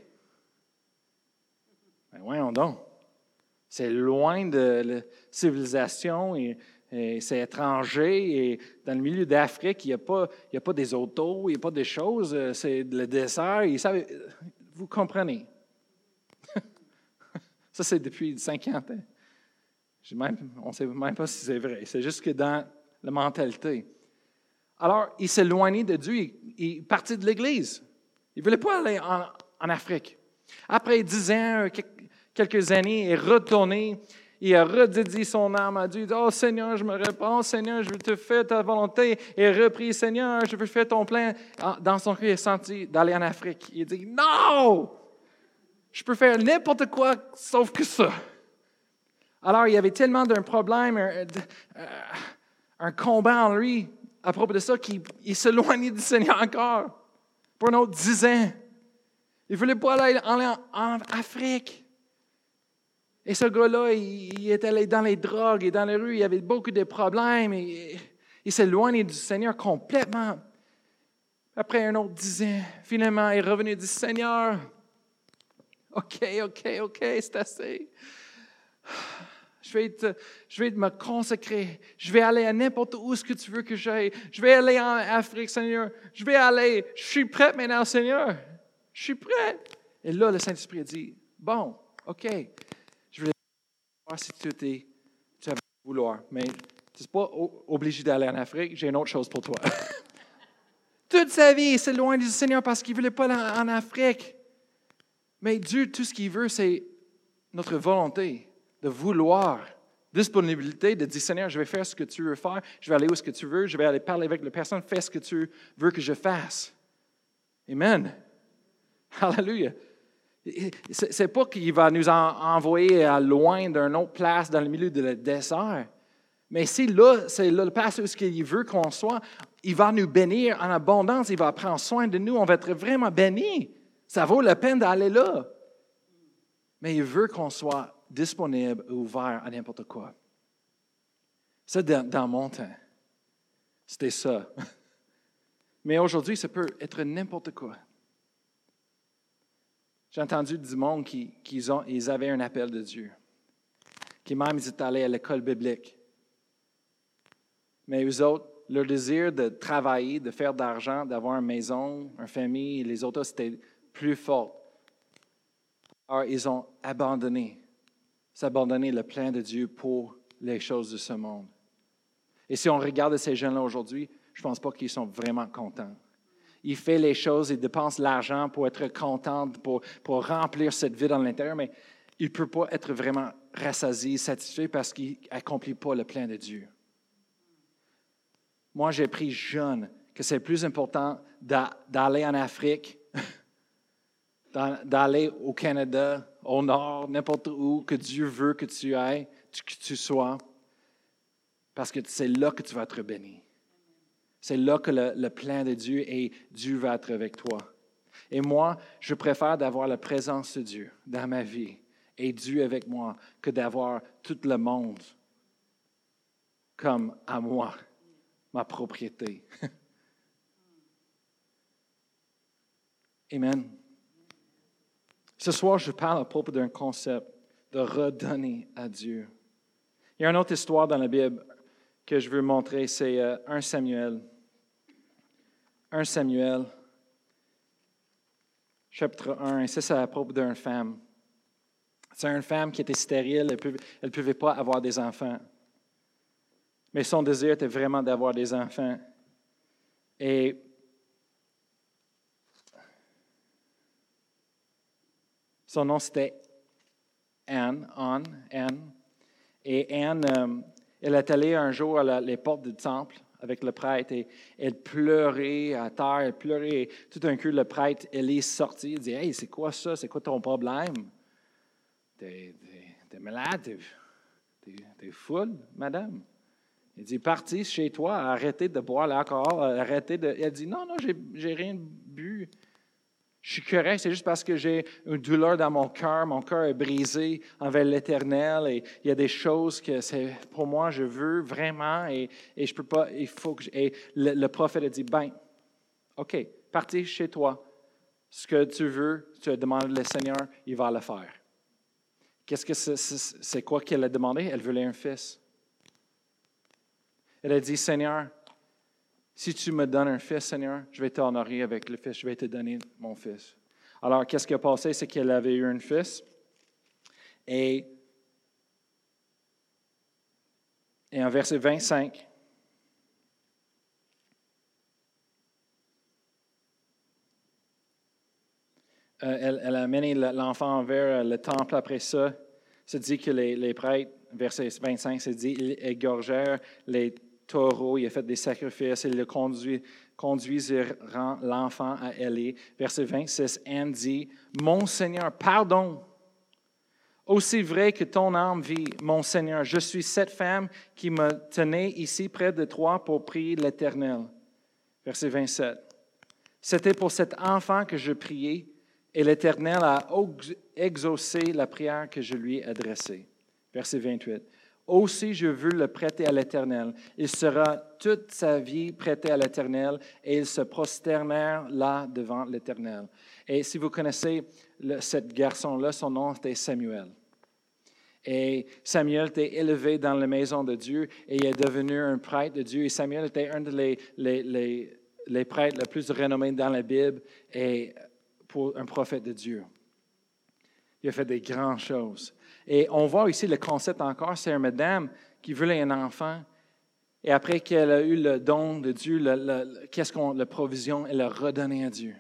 Ben voyons donc. C'est loin de la civilisation et, et c'est étranger. Et dans le milieu d'Afrique, il n'y a pas, il y a pas des autos, il n'y a pas des choses. C'est le désert. Ils savent, vous comprenez. Ça, c'est depuis cinquante ans. Même, on ne sait même pas si c'est vrai. C'est juste que dans la mentalité. Alors, il s'est éloigné de Dieu. Il, il est parti de l'Église. Il ne voulait pas aller en, en Afrique. Après dix ans, quelques années, il est retourné. Il a redédié son âme à Dieu. « Oh Seigneur, je me réponds. Seigneur, je veux te faire ta volonté. » Il a repris. « Seigneur, je veux faire ton plein. » Dans son cœur, il a senti d'aller en Afrique. Il a dit « Non! Je peux faire n'importe quoi sauf que ça. » Alors, il y avait tellement d'un problème, un, un combat en lui à propos de ça qu'il il s'éloignait du Seigneur encore pour un autre dix ans. Il ne voulait pas aller en, en, en Afrique. Et ce gars-là, il, il était allé dans les drogues et dans les rues, il y avait beaucoup de problèmes. Et, il s'éloignait du Seigneur complètement. Après un autre dix ans, finalement, il est revenu et dit, Seigneur, OK, OK, OK, c'est assez. Je vais, te, je vais me consacrer. Je vais aller à n'importe où ce que tu veux que j'aille. Je vais aller en Afrique, Seigneur. Je vais aller. Je suis prêt maintenant, Seigneur. Je suis prêt. Et là, le Saint-Esprit a dit, bon, OK, je voulais voir si tu, étais, tu avais vouloir, mais tu n'es pas obligé d'aller en Afrique. J'ai une autre chose pour toi. Toute sa vie, il s'est loin du Seigneur parce qu'il ne voulait pas aller en Afrique. Mais Dieu, tout ce qu'il veut, c'est notre volonté de vouloir, disponibilité, de dire, Seigneur, je vais faire ce que tu veux faire, je vais aller où ce que tu veux, je vais aller parler avec la personne, fais ce que tu veux que je fasse. Amen. Hallelujah. Ce n'est pas qu'il va nous en envoyer à loin d'une autre place dans le milieu du désert. Mais si là, c'est là le place où il veut qu'on soit, il va nous bénir en abondance, il va prendre soin de nous, on va être vraiment bénis. Ça vaut la peine d'aller là. Mais il veut qu'on soit disponible et ouvert à n'importe quoi. Ça, dans, dans mon temps, c'était ça. Mais aujourd'hui, ça peut être n'importe quoi. J'ai entendu du monde qui, qui ont, ils avaient un appel de Dieu, qui même ils étaient allés à l'école biblique. Mais eux autres, leur désir de travailler, de faire de l'argent, d'avoir une maison, une famille, les autres, c'était plus fort. Alors, ils ont abandonné, s'abandonné le plan de Dieu pour les choses de ce monde. Et si on regarde ces jeunes-là aujourd'hui, je ne pense pas qu'ils sont vraiment contents. Ils font les choses, ils dépensent l'argent pour être contents, pour, pour remplir cette vie dans l'intérieur, mais ils ne peuvent pas être vraiment rassasiés, satisfaits parce qu'ils n'accomplissent pas le plan de Dieu. Moi, j'ai appris jeune que c'est plus important d'aller en Afrique, d'aller au Canada, au nord, n'importe où, que Dieu veut que tu ailles, que tu sois, parce que c'est là que tu vas être béni. C'est là que le, le plan de Dieu et Dieu va être avec toi. Et moi, je préfère d'avoir la présence de Dieu dans ma vie et Dieu avec moi que d'avoir tout le monde comme à moi, ma propriété. Amen. Ce soir, je parle à propos d'un concept de redonner à Dieu. Il y a une autre histoire dans la Bible que je veux montrer, c'est euh, un Samuel. un Samuel, chapitre un, et ça, c'est à propos d'une femme. C'est une femme qui était stérile, elle ne pouvait pas avoir des enfants. Mais son désir était vraiment d'avoir des enfants. Et son nom, c'était Anne, Anne, Anne. Et Anne, euh, elle est allée un jour à la, les portes du temple avec le prêtre et elle pleurait à terre, elle pleurait. Et tout d'un coup, le prêtre, elle est sorti, il dit, « Hey, c'est quoi ça? C'est quoi ton problème? T'es, t'es, t'es malade? T'es, t'es, t'es folle, madame? » Il dit, « Partez chez toi, arrêtez de boire l'alcool, arrêtez de... » Elle dit, « Non, non, j'ai, j'ai rien bu. Je suis correct, c'est juste parce que j'ai une douleur dans mon cœur, mon cœur est brisé envers l'Éternel et il y a des choses que c'est pour moi, je veux vraiment et, et je peux pas, il faut que... Je, et le, le prophète a dit, ben, OK, partez chez toi. Ce que tu veux, tu as demandé le Seigneur, il va le faire. Qu'est-ce que c'est, c'est, c'est quoi qu'elle a demandé? Elle voulait un fils. Elle a dit, Seigneur, si tu me donnes un fils, Seigneur, je vais t'honorer avec le fils, je vais te donner mon fils. Alors, qu'est-ce qui a passé? C'est qu'elle avait eu un fils. Et, et en verset vingt-cinq, euh, elle, elle a amené l'enfant vers le temple après ça. Ça dit que les, les prêtres, verset vingt-cinq, ça dit, ils égorgèrent les taureaux, il a fait des sacrifices, il le conduit, conduisiront l'enfant à Élie. Verset vingt-six, Anne dit, « Mon Seigneur, pardon, Aussi vrai que ton âme vit, mon Seigneur, je suis cette femme qui me tenait ici près de toi pour prier l'Éternel. Verset vingt-sept. C'était pour cet enfant que je priais, et l'Éternel a exaucé la prière que je lui ai adressée. Verset vingt-huit. Aussi, je veux le prêter à l'Éternel. Il sera toute sa vie prêté à l'Éternel, et il se prosternèrent là devant l'Éternel. Et si vous connaissez le, ce garçon-là, son nom était Samuel. Et Samuel était élevé dans la maison de Dieu et il est devenu un prêtre de Dieu. Et Samuel était un des les, les, les, les prêtres les plus renommés dans la Bible et pour un prophète de Dieu. Il a fait des grandes choses. Et on voit ici le concept encore, c'est une madame qui voulait un enfant. Et après qu'elle a eu le don de Dieu, le, le, qu'est-ce qu'on, la provision, elle l'a redonné à Dieu.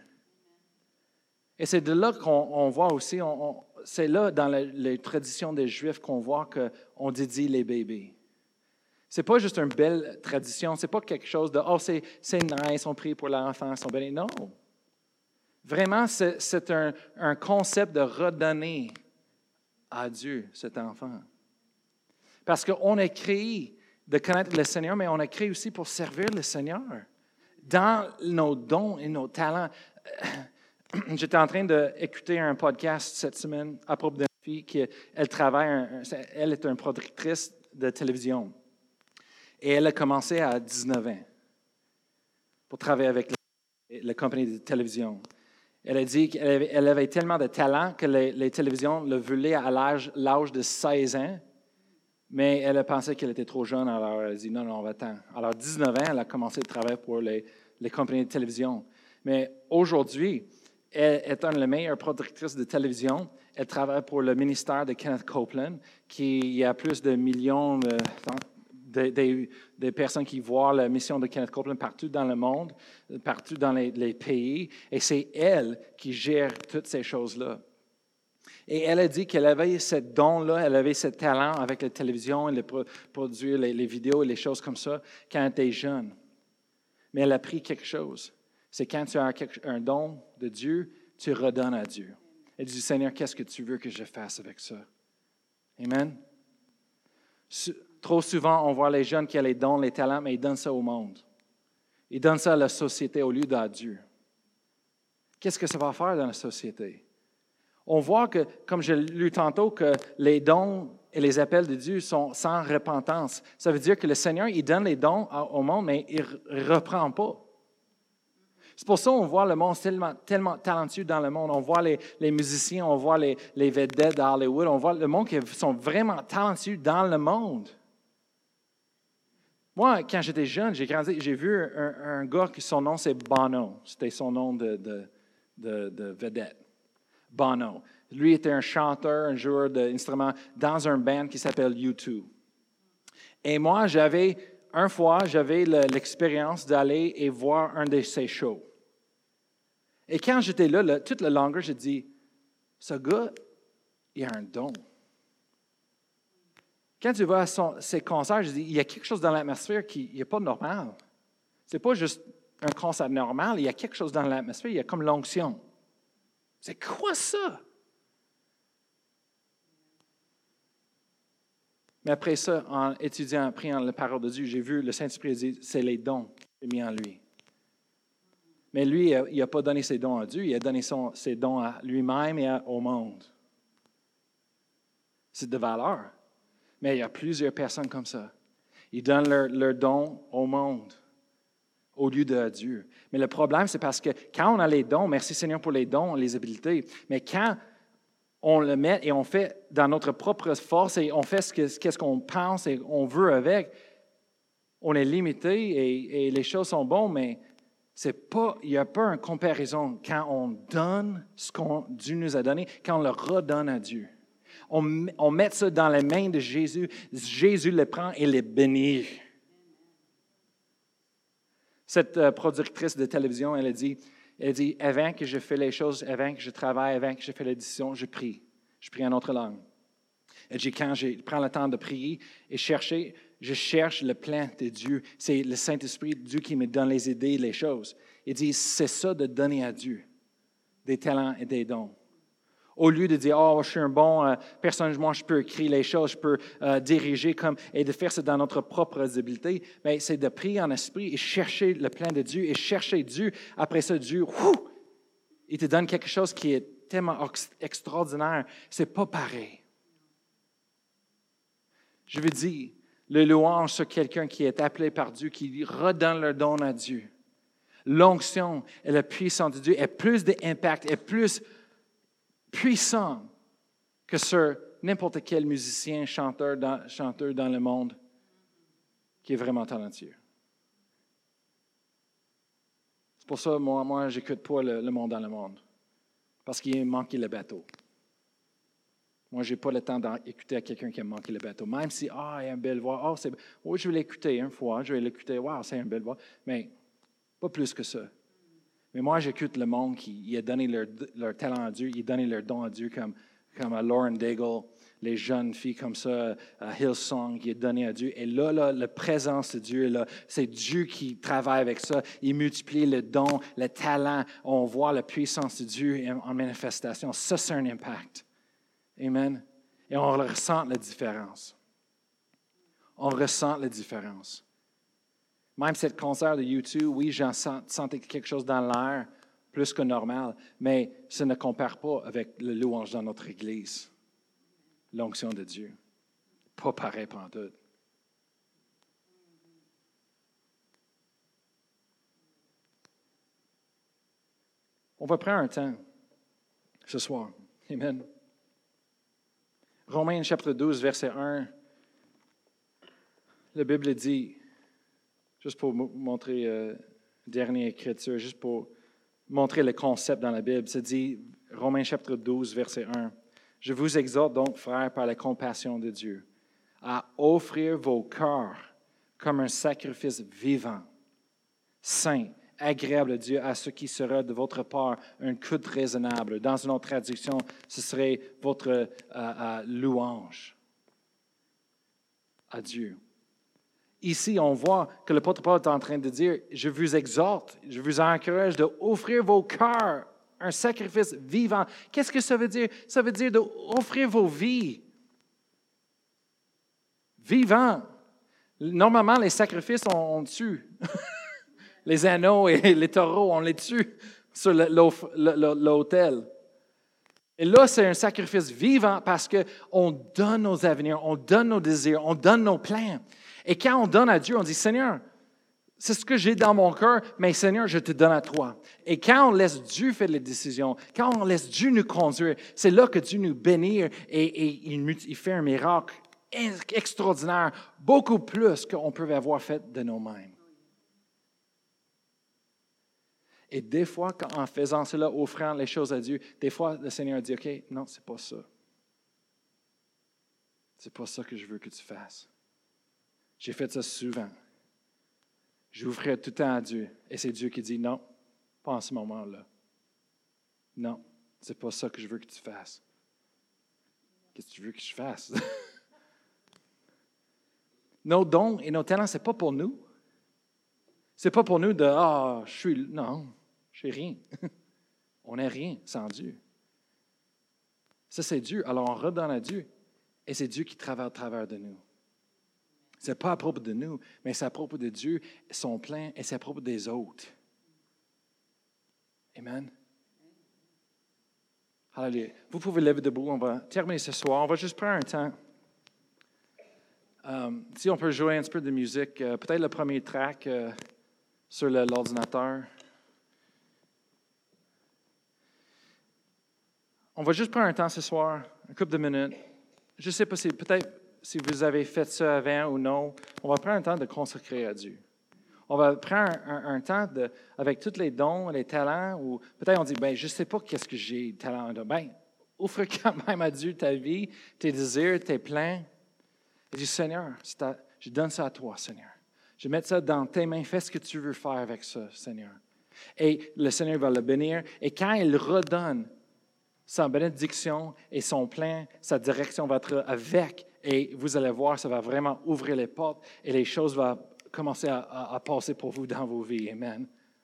Et c'est de là qu'on on voit aussi, on, on, c'est là dans la, les traditions des Juifs qu'on voit qu'on dédie les bébés. Ce n'est pas juste une belle tradition, ce n'est pas quelque chose de « oh, c'est, c'est nice, on prie pour l'enfant, ils sont bénis ». Non. Vraiment, c'est, c'est un, un concept de redonner à Dieu cet enfant. Parce qu'on est créé de connaître le Seigneur, mais on est créé aussi pour servir le Seigneur. Dans nos dons et nos talents. J'étais en train d'écouter un podcast cette semaine à propos d'une fille qui elle travaille, elle est une productrice de télévision. Et elle a commencé à dix-neuf ans pour travailler avec la, la compagnie de télévision. Elle a dit qu'elle avait, elle avait tellement de talent que les, les télévisions le voulaient à l'âge, l'âge de seize ans, mais elle a pensé qu'elle était trop jeune, alors elle a dit non, non, on va attendre. Alors, dix-neuf ans, elle a commencé à travailler pour les, les compagnies de télévision. Mais aujourd'hui, elle est une des meilleures productrices de télévision. Elle travaille pour le ministère de Kenneth Copeland, qui a plus de millions de, de, de, de personnes qui voient la mission de Kenneth Copeland partout dans le monde, partout dans les, les pays. Et c'est elle qui gère toutes ces choses-là. Et elle a dit qu'elle avait ce don-là, elle avait ce talent avec la télévision, et le pro- produire les, les vidéos et les choses comme ça quand elle était jeune. Mais elle a appris quelque chose. C'est quand tu as un don de Dieu, tu redonnes à Dieu. Elle dit, Seigneur, qu'est-ce que tu veux que je fasse avec ça? Amen. Trop souvent, on voit les jeunes qui ont les dons, les talents, mais ils donnent ça au monde. Ils donnent ça à la société au lieu d'à Dieu. Qu'est-ce que ça va faire dans la société? On voit que, comme je l'ai lu tantôt, que les dons et les appels de Dieu sont sans repentance. Ça veut dire que le Seigneur, il donne les dons au monde, mais il ne reprend pas. C'est pour ça qu'on voit le monde tellement, tellement talentueux dans le monde. On voit les, les musiciens, on voit les, les vedettes d'Hollywood, on voit le monde qui sont vraiment talentueux dans le monde. Moi, quand j'étais jeune, j'ai grandi, j'ai vu un, un gars qui son nom c'est Bono. C'était son nom de, de, de, de vedette. Bono. Lui était un chanteur, un joueur d'instruments dans un band qui s'appelle U deux. Et moi, j'avais, une fois, j'avais le, l'expérience d'aller et voir un de ses shows. Et quand j'étais là, là toute la longueur, j'ai dit, ce gars, il a un don. Quand tu vas à son, ses concerts, je dis, il y a quelque chose dans l'atmosphère qui n'est pas normal. Ce n'est pas juste un concert normal, il y a quelque chose dans l'atmosphère, il y a comme l'onction. C'est quoi ça? Mais après ça, en étudiant, en priant la parole de Dieu, j'ai vu le Saint-Esprit dire, c'est les dons qu'il a mis en lui. Mais lui, il n'a pas donné ses dons à Dieu, il a donné son, ses dons à lui-même et à, au monde. C'est de valeur. Mais il y a plusieurs personnes comme ça. Ils donnent leurs leur dons au monde au lieu de Dieu. Mais le problème, c'est parce que quand on a les dons, merci Seigneur pour les dons, les habiletés, mais quand on le met et on fait dans notre propre force et on fait ce, que, ce qu'on pense et on veut avec, on est limité et, et les choses sont bonnes, mais c'est pas, il n'y a pas une comparaison quand on donne ce que Dieu nous a donné, quand on le redonne à Dieu. On, on met ça dans les mains de Jésus, Jésus le prend et le bénit. Cette euh, productrice de télévision, elle a dit, elle a dit, avant que je fais les choses, avant que je travaille, avant que je fais l'édition, je prie. Je prie en autre langue. Elle dit, quand je prends le temps de prier et chercher, je cherche le plan de Dieu. C'est le Saint-Esprit de Dieu qui me donne les idées, les choses. Elle dit, c'est ça de donner à Dieu des talents et des dons. Au lieu de dire, oh, je suis un bon euh, personne, moi, je peux écrire les choses, je peux euh, diriger comme, et de faire ça dans notre propre habileté, mais c'est de prier en esprit et chercher le plan de Dieu et chercher Dieu. Après ça, Dieu, whou, il te donne quelque chose qui est tellement extraordinaire. C'est pas pareil. Je veux dire, le louange sur quelqu'un qui est appelé par Dieu, qui redonne leur don à Dieu. L'onction et la puissance de Dieu est plus d'impact, est plus puissant que sur n'importe quel musicien, chanteur dans, chanteur dans le monde qui est vraiment talentueux. C'est pour ça, moi, moi je n'écoute pas le, le monde dans le monde, parce qu'il manque le bateau. Moi, je n'ai pas le temps d'écouter à quelqu'un qui a manqué le bateau. Même si, ah, il a une belle voix, ah, c'est, oui, je vais l'écouter une fois, je vais l'écouter, waouh, c'est une belle voix, mais pas plus que ça. Mais moi, j'écoute le monde qui il a donné leur, leur talent à Dieu, il a donné leur don à Dieu, comme, comme à Lauren Daigle, les jeunes filles comme ça, à Hillsong, qui est donné à Dieu. Et là, là, la présence de Dieu, là, c'est Dieu qui travaille avec ça. Il multiplie le don, le talent. On voit la puissance de Dieu en manifestation. Ça, c'est un impact. Amen. Et on ressent la différence. On ressent la différence. Même cette concert de YouTube, oui, j'en sentais quelque chose dans l'air, plus que normal, mais ça ne compare pas avec le louange dans notre Église. L'onction de Dieu. Pas pareil pantoute. On va prendre un temps ce soir. Amen. Romains chapitre douze, verset un. La Bible dit, juste pour vous montrer euh, dernière écriture, juste pour montrer le concept dans la Bible, ça dit, Romains chapitre douze, verset un. Je vous exhorte donc, frères, par la compassion de Dieu, à offrir vos cœurs comme un sacrifice vivant, saint, agréable à Dieu, à ce qui sera de votre part un culte raisonnable. Dans une autre traduction, ce serait votre euh, euh, louange à Dieu. Ici, on voit que l'apôtre Paul est en train de dire, je vous exhorte, je vous encourage d'offrir vos cœurs, un sacrifice vivant. Qu'est-ce que ça veut dire? Ça veut dire d'offrir vos vies. Vivant. Normalement, les sacrifices, on, on tue. Les anneaux et les taureaux, on les tue sur l'autel. Et là, c'est un sacrifice vivant parce qu'on donne nos avenirs, on donne nos désirs, on donne nos plans. Et quand on donne à Dieu, on dit, Seigneur, c'est ce que j'ai dans mon cœur, mais Seigneur, je te donne à toi. Et quand on laisse Dieu faire les décisions, quand on laisse Dieu nous conduire, c'est là que Dieu nous bénit et, et il, il fait un miracle extraordinaire, beaucoup plus qu'on peut avoir fait de nous-mêmes. Et des fois, en faisant cela, offrant les choses à Dieu, des fois, le Seigneur dit, OK, non, c'est pas ça. C'est pas ça que je veux que tu fasses. J'ai fait ça souvent. J'ouvrais tout le temps à Dieu. Et c'est Dieu qui dit, non, pas en ce moment-là. Non, c'est pas ça que je veux que tu fasses. Qu'est-ce que tu veux que je fasse? Nos dons et nos talents, ce n'est pas pour nous. Ce n'est pas pour nous de, ah, je suis, non, je suis rien. On n'est rien sans Dieu. Ça, c'est Dieu. Alors, on redonne à Dieu. Et c'est Dieu qui travaille à travers de nous. Ce n'est pas à propos de nous, mais c'est à propos de Dieu, son plan, et c'est à propos des autres. Amen. Alléluia. Vous pouvez lever debout. On va terminer ce soir. On va juste prendre un temps. Um, si on peut jouer un petit peu de musique, euh, peut-être le premier track euh, sur le, l'ordinateur. On va juste prendre un temps ce soir, une couple de minutes. Je ne sais pas si peut-être si vous avez fait ça avant ou non. On va prendre un temps de consacrer à Dieu. On va prendre un, un, un temps de, avec tous les dons, les talents, ou peut-être on dit, ben, je ne sais pas qu'est-ce que j'ai talent de. Ben, offre quand même à Dieu ta vie, tes désirs, tes plans. Et dis, Seigneur, ta, je donne ça à toi, Seigneur. Je vais mettre ça dans tes mains. Fais ce que tu veux faire avec ça, Seigneur. Et le Seigneur va le bénir. Et quand il redonne sa bénédiction et son plan, sa direction va être avec. Et vous allez voir, ça va vraiment ouvrir les portes et les choses vont commencer à, à, à passer pour vous dans vos vies. Amen.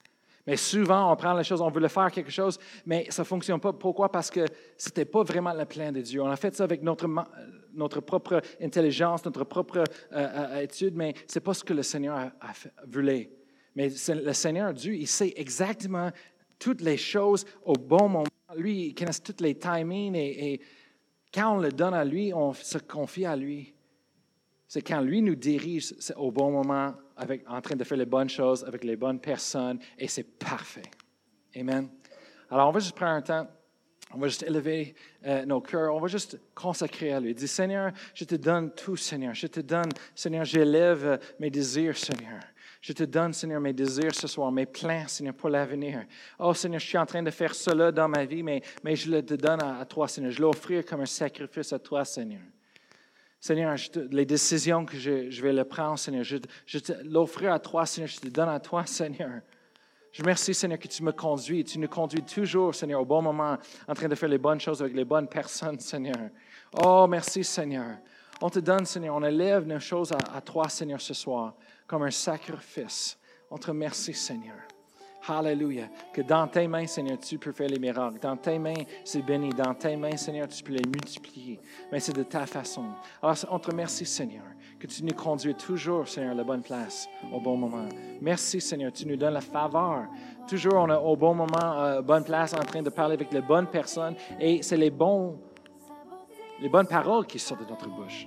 Mais souvent, on prend les choses, on veut le faire quelque chose, mais ça ne fonctionne pas. Pourquoi? Parce que ce n'était pas vraiment le plan de Dieu. On a fait ça avec notre, notre propre intelligence, notre propre euh, étude, mais ce n'est pas ce que le Seigneur a, a fait, voulait. Mais le Seigneur, Dieu, il sait exactement toutes les choses au bon moment. Lui, il connaît tous les timings et, et quand on le donne à lui, on se confie à lui. C'est quand lui nous dirige au bon moment, avec, en train de faire les bonnes choses avec les bonnes personnes, et c'est parfait. Amen. Alors, on va juste prendre un temps, on va juste élever euh, nos cœurs, on va juste consacrer à lui. Dis, Seigneur, je te donne tout, Seigneur. Je te donne, Seigneur, j'élève euh, mes désirs, Seigneur. Je te donne, Seigneur, mes désirs ce soir, mes plans, Seigneur, pour l'avenir. Oh, Seigneur, je suis en train de faire cela dans ma vie, mais, mais je le te donne à, à toi, Seigneur. Je l'offre comme un sacrifice à toi, Seigneur. Seigneur, je te, les décisions que je, je vais le prendre, Seigneur, je, je te l'offre à toi, Seigneur, je te donne à toi, Seigneur. Je te remercie, Seigneur, que tu me conduis. Tu nous conduis toujours, Seigneur, au bon moment, en train de faire les bonnes choses avec les bonnes personnes, Seigneur. Oh, merci, Seigneur. On te donne, Seigneur, on élève nos choses à, à toi, Seigneur, ce soir, comme un sacrifice. On te remercie, Seigneur. Alléluia. Que dans tes mains, Seigneur, tu peux faire les miracles. Dans tes mains, c'est béni. Dans tes mains, Seigneur, tu peux les multiplier. Mais c'est de ta façon. Alors, on te remercie, Seigneur, que tu nous conduis toujours, Seigneur, à la bonne place, au bon moment. Merci, Seigneur, tu nous donnes la faveur. Toujours, on est au bon moment, euh, bonne place, en train de parler avec les bonnes personnes. Et c'est les, bons, les bonnes paroles qui sortent de notre bouche.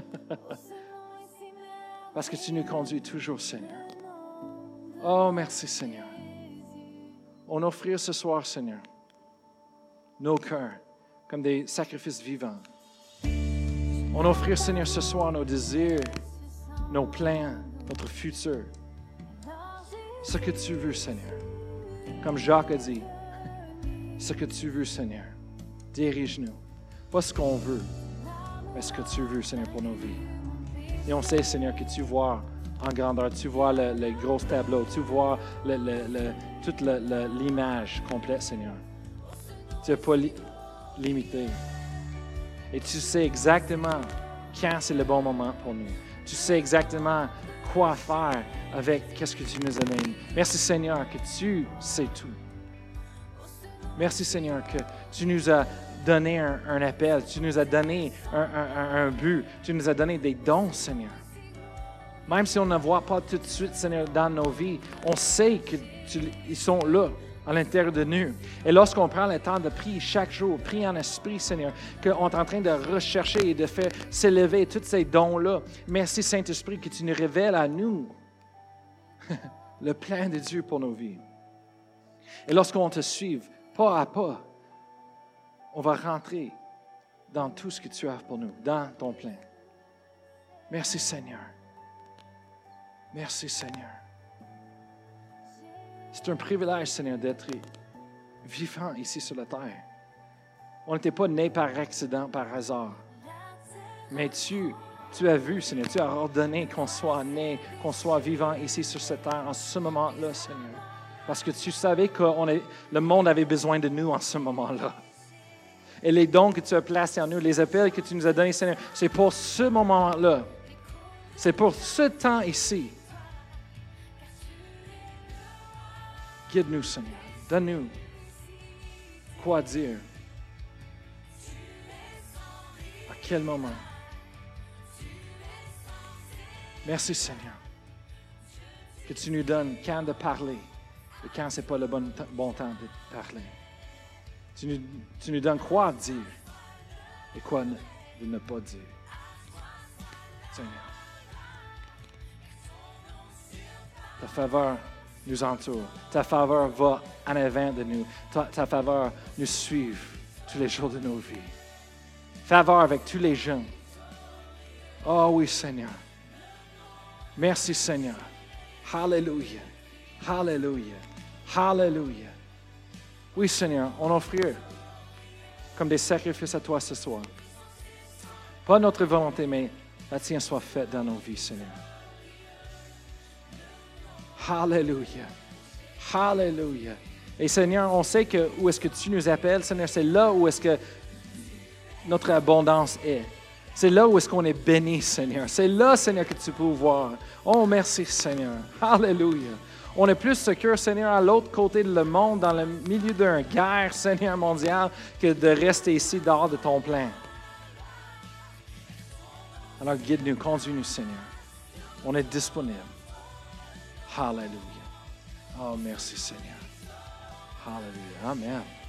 Parce que tu nous conduis toujours, Seigneur. Oh, merci, Seigneur. On offre ce soir, Seigneur, nos cœurs comme des sacrifices vivants. On offre, Seigneur, ce soir nos désirs, nos plans, notre futur. Ce que tu veux, Seigneur. Comme Jacques a dit, ce que tu veux, Seigneur. Dirige-nous. Pas ce qu'on veut, mais ce que tu veux, Seigneur, pour nos vies. Et on sait, Seigneur, que tu vois en grandeur, tu vois le, le gros tableau, tu vois le, le, le, toute le, le, l'image complète, Seigneur. Tu n'es pas li- limité. Et tu sais exactement quand c'est le bon moment pour nous. Tu sais exactement quoi faire avec qu'est-ce que tu nous as donné. Merci, Seigneur, que tu sais tout. Merci, Seigneur, que tu nous as donné un, un appel, tu nous as donné un, un, un but, tu nous as donné des dons, Seigneur. Même si on ne voit pas tout de suite, Seigneur, dans nos vies, on sait qu'ils sont là, à l'intérieur de nous. Et lorsqu'on prend le temps de prier chaque jour, prier en esprit, Seigneur, qu'on est en train de rechercher et de faire s'élever tous ces dons-là, merci, Saint-Esprit, que tu nous révèles à nous le plan de Dieu pour nos vies. Et lorsqu'on te suit, pas à pas, on va rentrer dans tout ce que tu as pour nous, dans ton plan. Merci, Seigneur. Merci, Seigneur. C'est un privilège, Seigneur, d'être vivant ici sur la terre. On n'était pas nés par accident, par hasard. Mais tu, tu as vu, Seigneur, tu as ordonné qu'on soit né, qu'on soit vivant ici sur cette terre en ce moment-là, Seigneur. Parce que tu savais que on est, le monde avait besoin de nous en ce moment-là. Et les dons que tu as placés en nous, les appels que tu nous as donnés, Seigneur, c'est pour ce moment-là. C'est pour ce temps ici. Guide-nous, Seigneur. Donne-nous quoi dire. À quel moment. Merci, Seigneur, que tu nous donnes quand de parler et quand ce n'est pas le bon, t- bon temps de parler. Tu nous, tu nous donnes quoi dire et quoi ne, de ne pas dire. Seigneur, ta faveur nous entoure. Ta faveur va en avant de nous. Ta, ta faveur nous suit tous les jours de nos vies. Faveur avec tous les jeunes. Oh oui, Seigneur. Merci, Seigneur. Hallelujah. Hallelujah. Hallelujah. Oui, Seigneur, on offre comme des sacrifices à toi ce soir. Pas notre volonté, mais la tienne soit faite dans nos vies, Seigneur. Hallelujah. Hallelujah. Et Seigneur, on sait que où est-ce que tu nous appelles, Seigneur, c'est là où est-ce que notre abondance est. C'est là où est-ce qu'on est béni, Seigneur. C'est là, Seigneur, que tu peux voir. Oh, merci, Seigneur. Hallelujah. On est plus secure, Seigneur, à l'autre côté du monde, dans le milieu d'une guerre, Seigneur, mondiale, que de rester ici, dehors de ton plan. Alors, guide-nous, conduis-nous, Seigneur. On est disponible. Hallelujah. Oh, merci, Seigneur. Hallelujah. Amen.